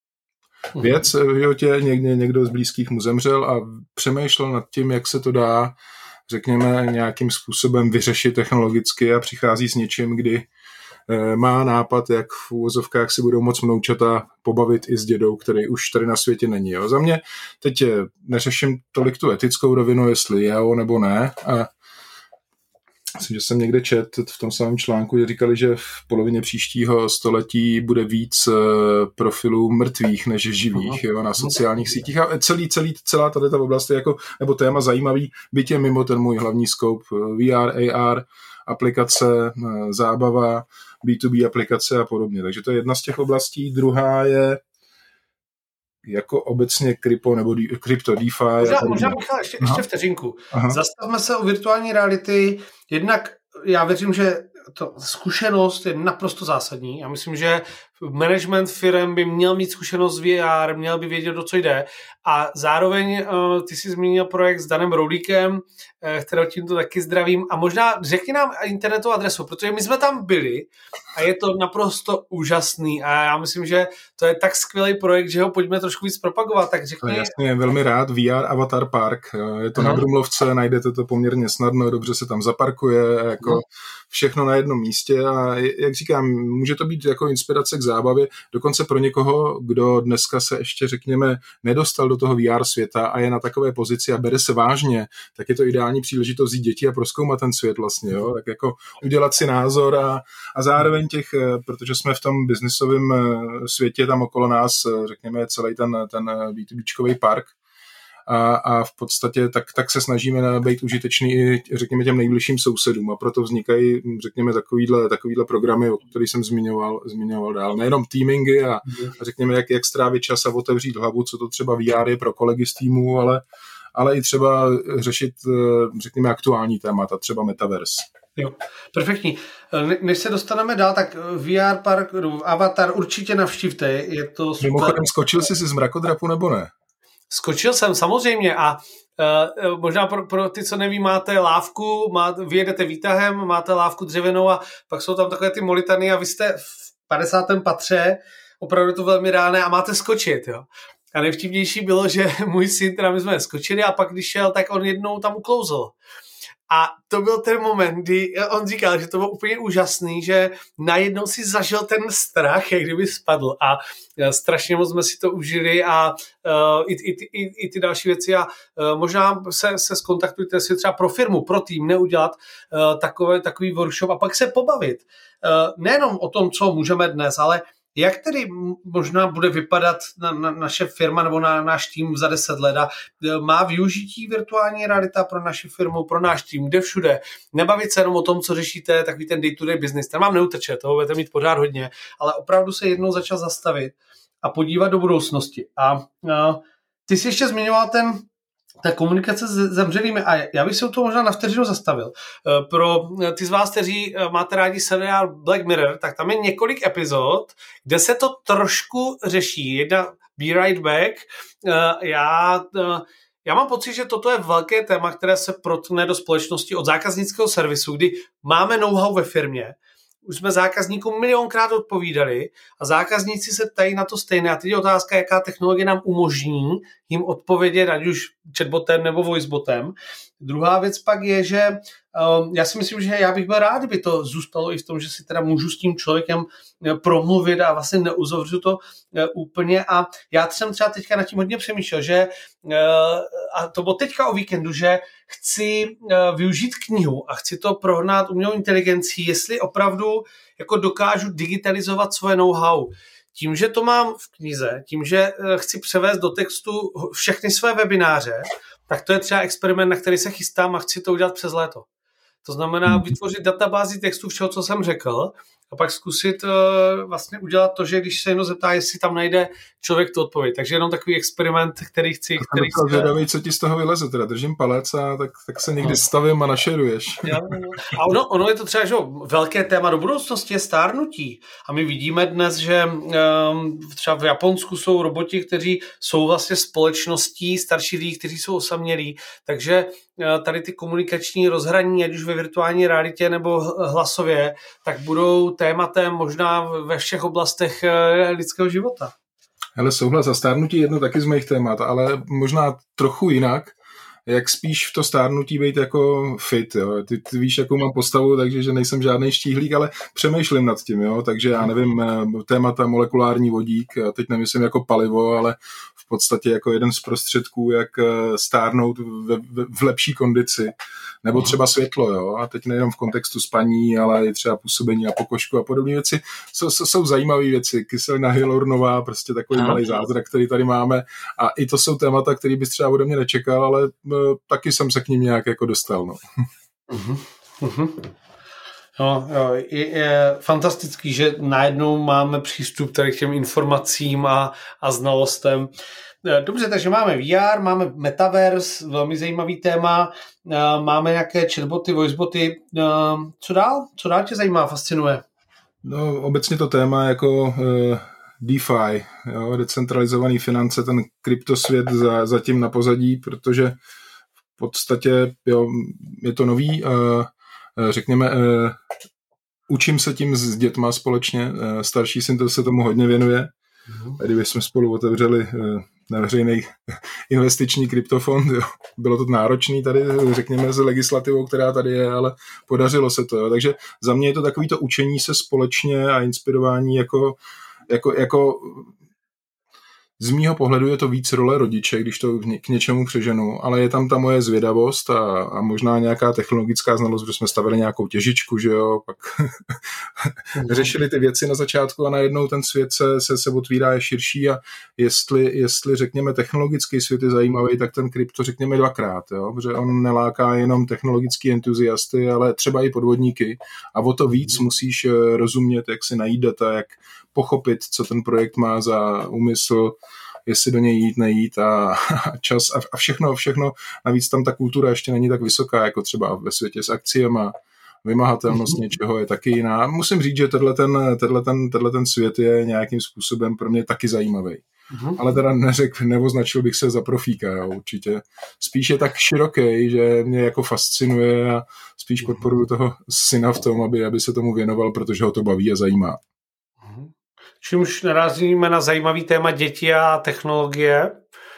[SPEAKER 3] věc v životě, někde někdo z blízkých mu zemřel a přemýšlel nad tím, jak se to dá, řekněme, nějakým způsobem vyřešit technologicky a přichází s něčím, kdy e, má nápad, jak v úvozovkách si budou moc vnoučata pobavit i s dědou, který už tady na světě není. Jo. Za mě teď neřeším tolik tu etickou rovinu, jestli jo nebo ne, a myslím, že jsem někde čet v tom samém článku, že říkali, že v polovině příštího století bude víc profilů mrtvých než živých, jo, na sociálních sítích. A celý, celý, celá tady ta oblast je jako, nebo téma zajímavý, byť je mimo ten můj hlavní scope V R, A R, aplikace, zábava, B dva B aplikace a podobně. Takže to je jedna z těch oblastí. Druhá je jako obecně krypto nebo krypto, DeFi.
[SPEAKER 2] Možná, možná Michal, ještě, ještě vteřinku. Aha. Zastavme se u virtuální reality. Jednak já věřím, že to zkušenost je naprosto zásadní. Já myslím, že management firem by měl mít zkušenost s V R, měl by vědět, o co jde. A zároveň ty jsi zmínil projekt s Danem Roulíkem, kterého tímto taky zdravím. A možná řekni nám internetovou adresu, protože my jsme tam byli a je to naprosto úžasný. A já myslím, že to je tak skvělý projekt, že ho pojďme trošku víc propagovat. Tak řekni.
[SPEAKER 3] Jasně, velmi rád. V R Avatar Park. Je to Aha. na Brumlovce, najdete to poměrně snadno, dobře se tam zaparkuje, jako no. všechno na jednom místě. A jak říkám, může to být jako inspirace k zábavě, dokonce pro někoho, kdo dneska se ještě, řekněme, nedostal do toho V R světa a je na takové pozici a bere se vážně, tak je to ideální příležitost vzít děti a prozkoumat ten svět vlastně, jo? Tak jako udělat si názor a, a zároveň těch, protože jsme v tom biznisovém světě, tam okolo nás, řekněme, celý ten, ten B dva Bčkový park, A, a v podstatě tak, tak se snažíme být užiteční i, řekněme, těm nejbližším sousedům a proto vznikají, řekněme, takovýhle, takovýhle programy, o kterých jsem zmiňoval, zmiňoval dál. Nejenom teamingy a, a řekněme, jak, jak strávit čas a otevřít hlavu, co to třeba V R je pro kolegy z týmu, ale, ale i třeba řešit, řekněme, aktuální témata, třeba metaverse.
[SPEAKER 2] Jo, perfektní. Ne, než se dostaneme dál, tak V R Park, Avatar určitě navštívte, je to super.
[SPEAKER 3] Mimochodem, skočil jsi si z mrakodrapu nebo ne?
[SPEAKER 2] Skočil jsem samozřejmě a uh, možná pro, pro ty, co neví, máte lávku, má, vyjedete výtahem, máte lávku dřevěnou a pak jsou tam takové ty molitany a vy jste v padesátém patře opravdu to velmi reálné a máte skočit, jo. A nejvtipnější bylo, že můj syn, teda my jsme skočili a pak když šel, tak on jednou tam uklouzl. A to byl ten moment, kdy on říkal, že to bylo úplně úžasný, že najednou si zažil ten strach, jak kdyby spadl a strašně moc jsme si to užili a uh, i, i, i, i ty další věci a uh, možná se, se skontaktujte si třeba pro firmu, pro tým, neudělat uh, takové, takový workshop a pak se pobavit. Uh, nejenom o tom, co můžeme dnes, ale jak tedy možná bude vypadat na, na, naše firma nebo na náš tým za deset let a má využití virtuální realita pro naši firmu, pro náš tým, kde všude. Nebavit se jenom o tom, co řešíte, takový ten day-to-day business, ten vám neuteče, toho budete mít pořád hodně, ale opravdu se jednou začal zastavit a podívat do budoucnosti. A, a ty jsi ještě zmiňoval ten ta komunikace s zemřelými a já bych se u toho možná na vteřinu zastavil. Pro ty z vás, kteří máte rádi seriál Black Mirror, tak tam je několik epizod, kde se to trošku řeší. Jedna Be Right Back. Já, já mám pocit, že toto je velké téma, které se protne do společnosti od zákaznického servisu, kdy máme know-how ve firmě, už jsme zákazníkům milionkrát odpovídali a zákazníci se ptají na to stejné. A teď je otázka, jaká technologie nám umožní jim odpovědět, ať už chatbotem nebo voicebotem. Druhá věc pak je, že um, já si myslím, že já bych byl rád, kdyby to zůstalo i v tom, že si teda můžu s tím člověkem promluvit a vlastně neuzavřu to uh, úplně. A já jsem třeba teďka nad tím hodně přemýšlel, že uh, a to bylo teďka o víkendu, že chci uh, využít knihu a chci to prohnat umělou inteligencí, jestli opravdu jako dokážu digitalizovat svoje know-how. Tím, že to mám v knize, tím, že chci převést do textu všechny své webináře, tak to je třeba experiment, na který se chystám a chci to udělat přes léto. To znamená vytvořit databázi textů všeho, co jsem řekl, a pak zkusit uh, vlastně udělat to, že když se jenom zeptá, jestli tam najde člověk tu odpověď. Takže jenom takový experiment, který chci... Který chci
[SPEAKER 3] zvědavý, co ti z toho vyleze, teda držím palec a tak, tak se někdy no. stavím a našeruješ.
[SPEAKER 2] A ono, ono je to třeba, že velké téma do budoucnosti je stárnutí. A my vidíme dnes, že um, třeba v Japonsku jsou roboti, kteří jsou vlastně společností starší lidí, kteří jsou osamělí. Takže uh, tady ty komunikační rozhraní, ať už ve virtuální realitě nebo hlasově, tak budou tématem možná ve všech oblastech lidského života.
[SPEAKER 3] Hele, souhlas a stárnutí je jedno taky z mých témat, ale možná trochu jinak, jak spíš v to stárnutí být jako fit, jo. Ty, ty víš, jakou mám postavu, takže že nejsem žádný štíhlík, ale přemýšlím nad tím, jo, takže já nevím, témata molekulární vodík, teď nemyslím jako palivo, ale v podstatě jako jeden z prostředků, jak stárnout v, v, v lepší kondici, nebo třeba světlo, jo, a teď nejenom v kontextu spaní, ale i třeba působení na pokožku a podobné věci. Jsou, jsou, jsou zajímavé věci, kyselina hyaluronová, prostě takový malý zázrak, který tady máme a i to jsou témata, který bys třeba ode mě nečekal, ale uh, taky jsem se k ním nějak jako dostal, no.
[SPEAKER 2] Uh-huh. Uh-huh. No, jo, je, je fantastický, že najednou máme přístup tady k těm informacím a, a znalostem. Dobře, takže máme V R, máme Metaverse, velmi zajímavý téma, máme nějaké chatboty, voiceboty. Co dál? Co dál tě zajímá, fascinuje?
[SPEAKER 3] No, obecně to téma jako uh, DeFi, jo, decentralizovaný finance, ten kryptosvět za, zatím na pozadí, protože v podstatě jo, je to nový, uh, řekněme, uh, učím se tím s dětma společně, uh, starší syn to se tomu hodně věnuje. A kdybychom spolu otevřeli uh, na veřejný investiční kryptofond. Jo. Bylo to náročný tady, řekněme, s legislativou, která tady je, ale podařilo se to. Jo. Takže za mě je to takovýto učení se společně a inspirování jako, jako, jako z mýho pohledu je to víc role rodiče, když to k něčemu přeženu, ale je tam ta moje zvědavost a, a možná nějaká technologická znalost, že jsme stavili nějakou těžičku, že jo, pak řešili ty věci na začátku a najednou ten svět se, se, se otvírá, je širší a jestli, jestli řekněme technologický svět je zajímavý, tak ten krypto řekněme dvakrát, jo, protože on neláká jenom technologický entuziasty, ale třeba i podvodníky a o to víc musíš rozumět, jak si najít data, jak pochopit, co ten projekt má za úmysl, jestli do něj jít, nejít a, a čas a, a všechno, všechno. Navíc tam ta kultura ještě není tak vysoká, jako třeba ve světě s akciema. Vymahatelnost mm-hmm. něčeho je taky jiná. Musím říct, že tenhle ten, tenhle ten, tenhle ten svět je nějakým způsobem pro mě taky zajímavý. Mm-hmm. Ale teda neřekl, neoznačil bych se za profíka, jo, určitě. Spíš je tak široký, že mě jako fascinuje a spíš podporuju toho syna v tom, aby, aby se tomu věnoval, protože ho to baví a zajímá.
[SPEAKER 2] čímž narazíme na zajímavý téma děti a technologie.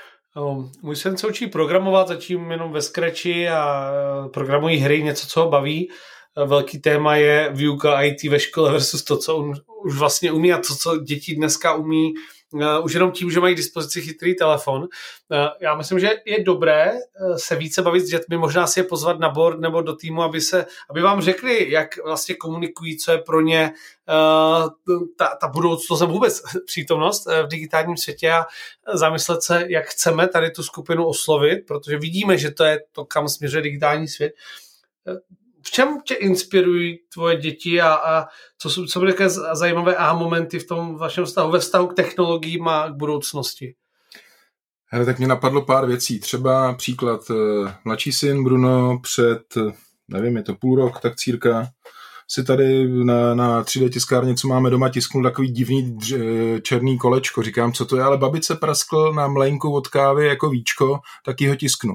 [SPEAKER 2] Můj syn se učí programovat, zatím jenom ve Scratchi a programují hry, něco, co ho baví. Velký téma je výuka í té ve škole versus to, co on už vlastně umí a to, co děti dneska umí Uh, už jenom tím, že mají k dispozici chytrý telefon. Uh, já myslím, že je dobré uh, se více bavit s dětmi, možná si je pozvat na board nebo do týmu, aby, se, aby vám řekli, jak vlastně komunikují, co je pro ně uh, ta, ta budoucnost nebo vůbec přítomnost uh, v digitálním světě a zamyslet se, jak chceme tady tu skupinu oslovit, protože vidíme, že to je to, kam směřuje digitální svět. Uh, V čem tě inspirují tvoje děti a, a co jsou, co byly také zajímavé aha momenty v tom vašem vztahu, ve vztahu k technologiím a k budoucnosti?
[SPEAKER 3] Hele, tak mě napadlo pár věcí. Třeba příklad, mladší syn Bruno před, nevím, je to půl rok, tak círka, si tady na, na tři dé tiskárně, co máme doma, tisknul takový divný dř, černý kolečko. Říkám, co to je, ale babice praskl na mlénku od kávy jako víčko, tak ho tisknu.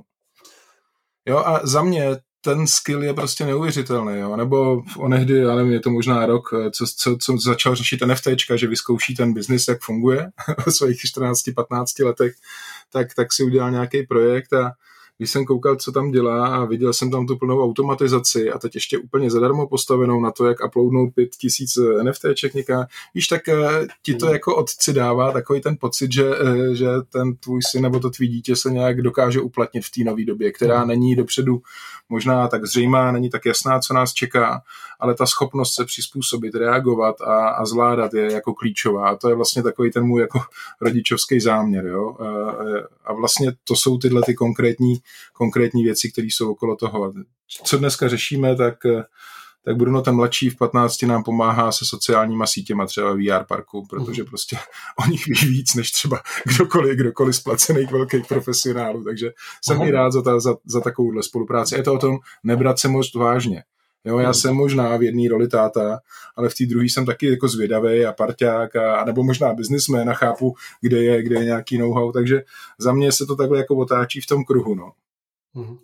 [SPEAKER 3] Jo, a za mě ten skill je prostě neuvěřitelný, jo? Nebo onehdy, já nevím, je to možná rok, co, co, co začal řešit NFTčka, že vyzkouší ten biznis, jak funguje v svých čtrnácti patnácti letech, tak, tak si udělal nějaký projekt a když jsem koukal, co tam dělá a viděl jsem tam tu plnou automatizaci a teď ještě úplně zadarmo postavenou na to, jak uploadnout pět tisíc NFTček někam, víš, tak ti to jako otci dává takový ten pocit, že, že ten tvůj syn nebo to tvý dítě se nějak dokáže uplatnit v té nové době, která není dopředu možná tak zřejmá, není tak jasná, co nás čeká, ale ta schopnost se přizpůsobit, reagovat a, a zvládat je jako klíčová. A to je vlastně takový ten můj jako rodičovský záměr. Jo? A vlastně to jsou tyhle ty konkrétní, konkrétní věci, které jsou okolo toho. Co dneska řešíme, tak, tak Bruno ten mladší v patnácti nám pomáhá se sociálníma sítěma třeba V R parku, protože prostě o nich ví víc, než třeba kdokoliv, kdokoliv z placených velkých profesionálů. Takže jsem i rád za, ta, za, za takovouhle spolupráci. Je to o tom nebrat se moc vážně. Jo, já jsem možná v jedné roli táta, ale v té druhé jsem taky jako zvědavý a parťák a, a nebo možná businessman a chápu, kde je, kde je nějaký know-how, takže za mě se to takhle jako otáčí v tom kruhu. No.
[SPEAKER 2] Uh,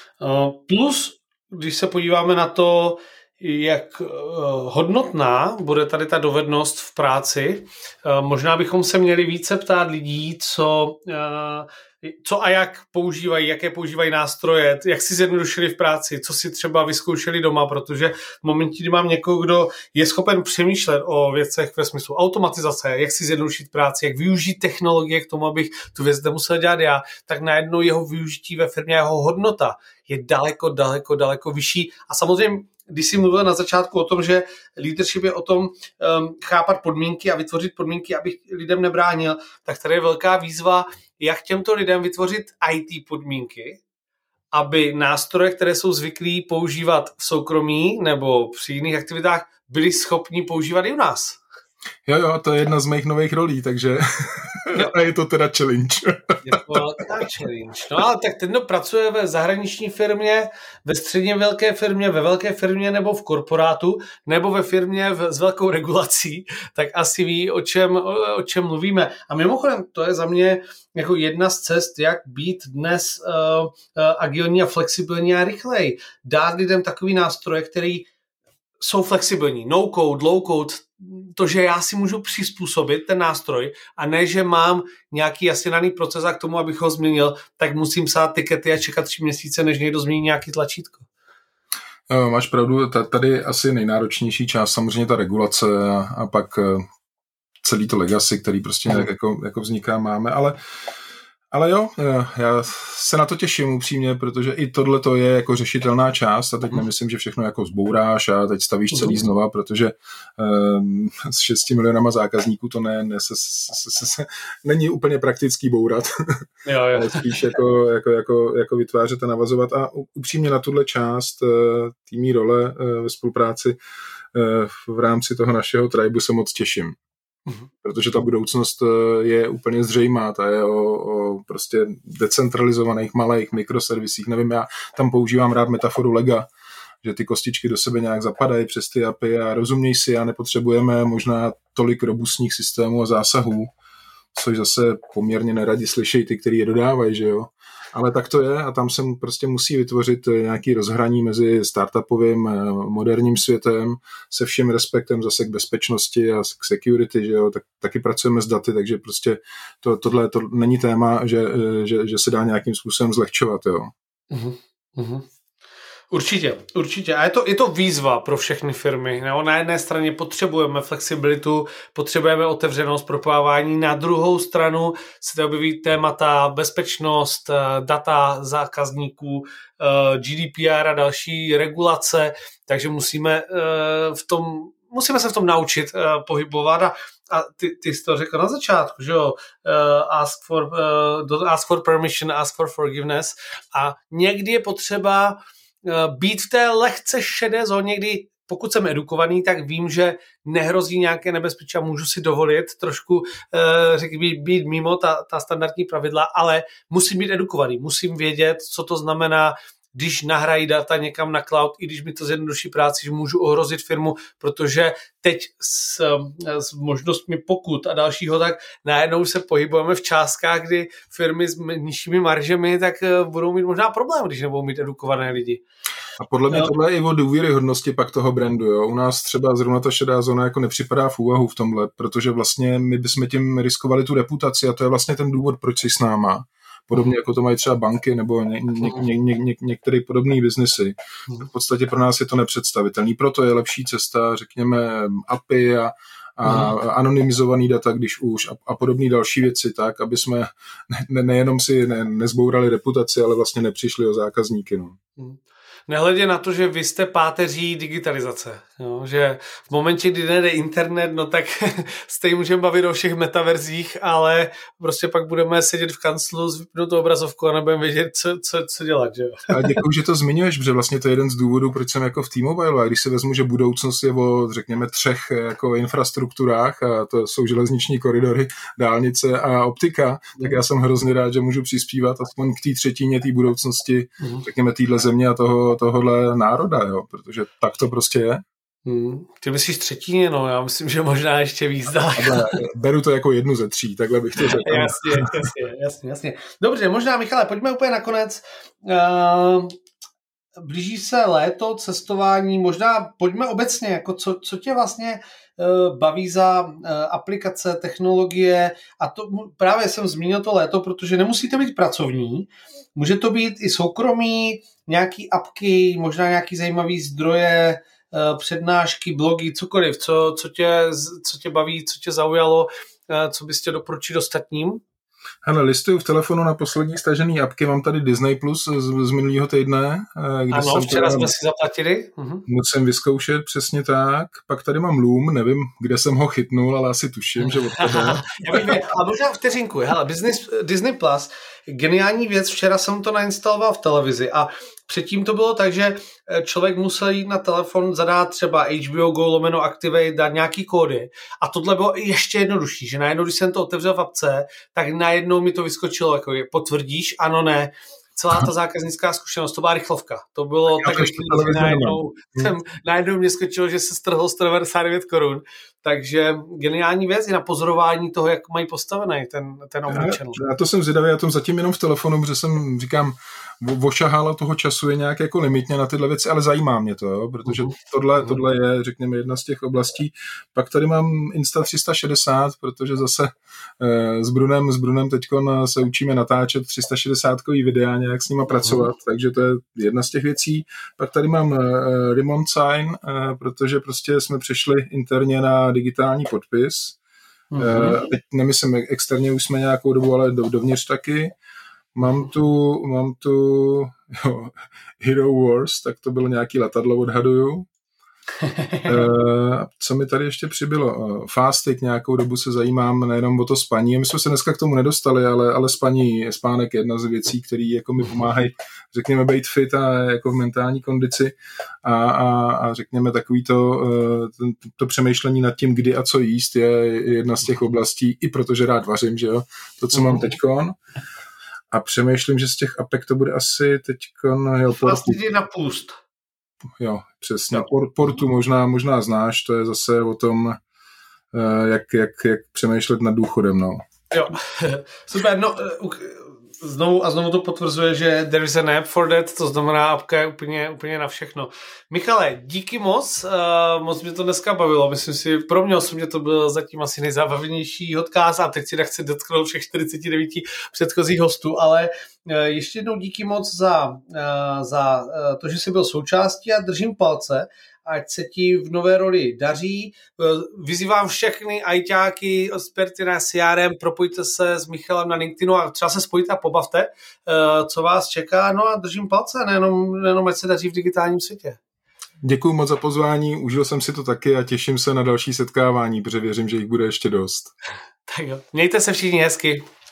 [SPEAKER 2] plus, když se podíváme na to, jak uh, hodnotná bude tady ta dovednost v práci, uh, možná bychom se měli více ptát lidí, co... Uh, co a jak používají, jaké používají nástroje, jak si zjednodušili v práci, co si třeba vyzkoušeli doma, protože v momentě, kdy mám někoho, kdo je schopen přemýšlet o věcech ve smyslu automatizace, jak si zjednodušit práci, jak využít technologie k tomu, abych tu věc nemusel dělat já, tak najednou jeho využití ve firmě, jeho hodnota je daleko, daleko, daleko vyšší. A samozřejmě, když jsi mluvil na začátku o tom, že leadership je o tom um, chápat podmínky a vytvořit podmínky, abych lidem nebránil, tak tady je velká výzva, jak těmto lidem vytvořit í té podmínky, aby nástroje, které jsou zvyklí používat v soukromí nebo při jiných aktivitách, byli schopni používat i u nás.
[SPEAKER 3] Jo, jo, to je jedna z mých nových rolí, takže a je to teda challenge.
[SPEAKER 2] Je to velká challenge. No ale tak ten, kdo pracuje ve zahraniční firmě, ve středně velké firmě, ve velké firmě nebo v korporátu, nebo ve firmě v, s velkou regulací, tak asi ví, o čem, o, o čem mluvíme. A mimochodem, to je za mě jako jedna z cest, jak být dnes uh, uh, agilní a flexibilní a rychlej. Dát lidem takový nástroje, který jsou flexibilní. No code, low code, to, že já si můžu přizpůsobit ten nástroj a ne, že mám nějaký jasně daný proces a k tomu, abych ho změnil, tak musím psát tikety a čekat tři měsíce, než někdo změní nějaký tlačítko.
[SPEAKER 3] Máš pravdu, tady asi nejnáročnější část, samozřejmě ta regulace a, a pak celý to legacy, který prostě nějak jako, jako vzniká, máme, ale Ale jo, já se na to těším upřímně, protože i tohle to je jako řešitelná část a teď nemyslím, že všechno jako zbouráš a teď stavíš celý znova, protože um, s šesti milionama zákazníků to ne, ne se, se, se, se, není úplně praktický bourat,
[SPEAKER 2] jo, jo.
[SPEAKER 3] ale spíš jako, jako, jako, jako vytvářet a navazovat a upřímně na tuhle část týmí role ve spolupráci v rámci toho našeho tribu se moc těším. Uhum. Protože ta budoucnost je úplně zřejmá, ta je o, o prostě decentralizovaných malých mikroservisích, nevím, já tam používám rád metaforu Lega, že ty kostičky do sebe nějak zapadají přes ty A P I a rozuměj si a nepotřebujeme možná tolik robustních systémů a zásahů, což zase poměrně neradi slyšejí ty, který je dodávají, že jo. ale tak to je a tam se prostě musí vytvořit nějaký rozhraní mezi startupovým moderním světem se vším respektem zase k bezpečnosti a k security, že jo, tak taky pracujeme s daty, takže prostě to, tohle to není téma, že, že, že se dá nějakým způsobem zlehčovat, jo.
[SPEAKER 2] Uh-huh. Uh-huh. Určitě, určitě. A je to, je to výzva pro všechny firmy. No, na jedné straně potřebujeme flexibilitu, potřebujeme otevřenost, propojování. Na druhou stranu se tady objeví témata bezpečnost, data zákazníků, G D P R a další regulace, takže musíme v tom, musíme se v tom naučit pohybovat a A ty, ty jsi to řekl na začátku, že jo, uh, ask for, uh, ask for permission, ask for forgiveness a někdy je potřeba uh, být v té lehce šedé zóně, kdy pokud jsem edukovaný, tak vím, že nehrozí nějaké nebezpečí a můžu si dovolit trošku uh, řekl, být, být mimo ta, ta standardní pravidla, ale musím být edukovaný, musím vědět, co to znamená, když nahrají data někam na cloud, i když mi to zjednoduší práci, že můžu ohrozit firmu, protože teď s, s možnostmi pokut a dalšího, tak najednou se pohybujeme v částkách, kdy firmy s nižšími maržemi, tak budou mít možná problém, když nebudou mít edukované lidi.
[SPEAKER 3] A podle mě tohle je i o důvěryhodnosti pak toho brandu. Jo? U nás třeba zrovna ta šedá zóna jako nepřipadá v úvahu v tomhle, protože vlastně my bychom tím riskovali tu reputaci a to je vlastně ten důvod, proč jsi s náma. Podobně jako to mají třeba banky nebo ně, ně, ně, ně, ně, některé podobné biznesy. V podstatě pro nás je to nepředstavitelný. Proto je lepší cesta, řekněme, A P I a, a anonymizovaný data, když už, a, a podobné další věci, tak, aby jsme ne, nejenom si ne, nezbourali reputaci, ale vlastně nepřišli o zákazníky. No.
[SPEAKER 2] Nehledě na to, že vy jste páteří digitalizace. Jo? Že v momentě, kdy nejde internet, no tak stejně můžeme bavit o všech metaverzích, ale prostě pak budeme sedět v kanclu s vypnutou obrazovkou a nebudeme vědět, co, co, co dělat. Že?
[SPEAKER 3] A děkuji, že to zmiňuješ, protože vlastně to je jeden z důvodů, proč jsem jako v T-Mobile. A když si vezmu, že budoucnost je o, řekněme, třech jako infrastrukturách, a to jsou železniční koridory, dálnice a optika, tak já jsem hrozně rád, že můžu přispívat aspoň k té třetině té budoucnosti, řekněme, téhle země a toho tohohle národa, jo, protože tak to prostě je.
[SPEAKER 2] Hmm. Ty myslíš třetině, no, já myslím, že možná ještě víc daleko.
[SPEAKER 3] Beru to jako jednu ze tří, takhle bych to řekl.
[SPEAKER 2] Jasně, jasně, jasně, jasně. Dobře, možná, Michale, pojďme úplně nakonec. Uh, blíží se léto, cestování, možná pojďme obecně, jako co, co tě vlastně uh, baví za uh, aplikace, technologie a to právě jsem zmínil to léto, protože nemusíte být pracovní, může to být i soukromí, nějaký apky, možná nějaký zajímavý zdroje, přednášky, blogy, cokoliv, co, co, tě, co tě baví, co tě zaujalo, co bys tě doporučil ostatním?
[SPEAKER 3] Hele, listuju v telefonu na poslední stažený apky, mám tady Disney Plus z, z minulého týdne.
[SPEAKER 2] Kde ano, včera jsme si zaplatili. Uh-huh.
[SPEAKER 3] Musím vyzkoušet, přesně tak. Pak tady mám Loom, nevím, kde jsem ho chytnul, ale asi tuším, že od tebe.
[SPEAKER 2] A možná vteřinku, hele, Business, Disney Plus, geniální věc, včera jsem to nainstaloval v televizi a předtím to bylo tak, že člověk musel jít na telefon, zadát třeba H B O Go lomeno Activate, dát nějaký kódy a tohle bylo ještě jednodušší, že najednou, když jsem to otevřel v apce, tak najednou mi to vyskočilo, jako je, potvrdíš, ano, ne, celá ta zákaznická zkušenost, to byla rychlovka, to bylo tak, tak že najednou, jsem, najednou mě skočilo, že se strhlo sto devadesát devět korun, takže geniální věc i na pozorování toho, jak mají postavený ten, ten omnichannel.
[SPEAKER 3] Já, já to jsem zvědavý, já tom zatím jenom v telefonu, protože jsem, říkám, ošahála toho času je nějak jako limitně na tyhle věci, ale zajímá mě to, jo, protože tohle, tohle je, řekněme, jedna z těch oblastí. Pak tady mám Insta tři sta šedesát, protože zase eh, s Brunem, s Brunem teďkon se učíme natáčet tři sta šedesátkový videa, nějak s nima pracovat, takže to je jedna z těch věcí. Pak tady mám eh, Remote Sign, eh, protože prostě jsme přešli interně na digitální podpis. Mm-hmm. Eh, teď nemyslím externě, už jsme nějakou dobu, ale dovnitř taky. Mám tu, mám tu jo, Hero Wars, tak to bylo nějaký letadlo, odhaduju. e, co mi tady ještě přibylo? Fastik, nějakou dobu se zajímám nejenom o to spaní. My jsme se dneska k tomu nedostali, ale, ale spaní, spánek je jedna z věcí, které jako mi pomáhají, řekněme, být fit a jako v mentální kondici a, a, a řekněme takový to, to, to přemýšlení nad tím, kdy a co jíst je jedna z těch oblastí, i protože rád vařím, že jo, to, co mám teďkon. A přemýšlím, že z těch apek to bude asi teďkon... Jo,
[SPEAKER 2] Vlastně jde na půst.
[SPEAKER 3] Jo, přesně. Portu možná, možná znáš, to je zase o tom, jak, jak, jak přemýšlet nad důchodem, no.
[SPEAKER 2] Jo, super. No, Znovu a znovu to potvrzuje, že there is an app for that, to znamená apka je úplně, úplně na všechno. Michale, díky moc, uh, moc mě to dneska bavilo, myslím si, pro mě osobně to byl zatím asi nejzábavnější podcast a teď si nechci dotknout všech čtyřicet devět předchozích hostů, ale uh, ještě jednou díky moc za, uh, za uh, to, že jsi byl součástí a držím palce, ať se ti v nové roli daří. Vyzývám všechny ajťáky, experty na C R M, propojte se s Michalem na LinkedInu a třeba se spojte a pobavte, co vás čeká. No a držím palce, nejenom, nejenom ať se daří v digitálním světě.
[SPEAKER 3] Děkuji moc za pozvání, užil jsem si to taky a těším se na další setkávání, protože věřím, že jich bude ještě dost.
[SPEAKER 2] Tak jo, mějte se všichni hezky.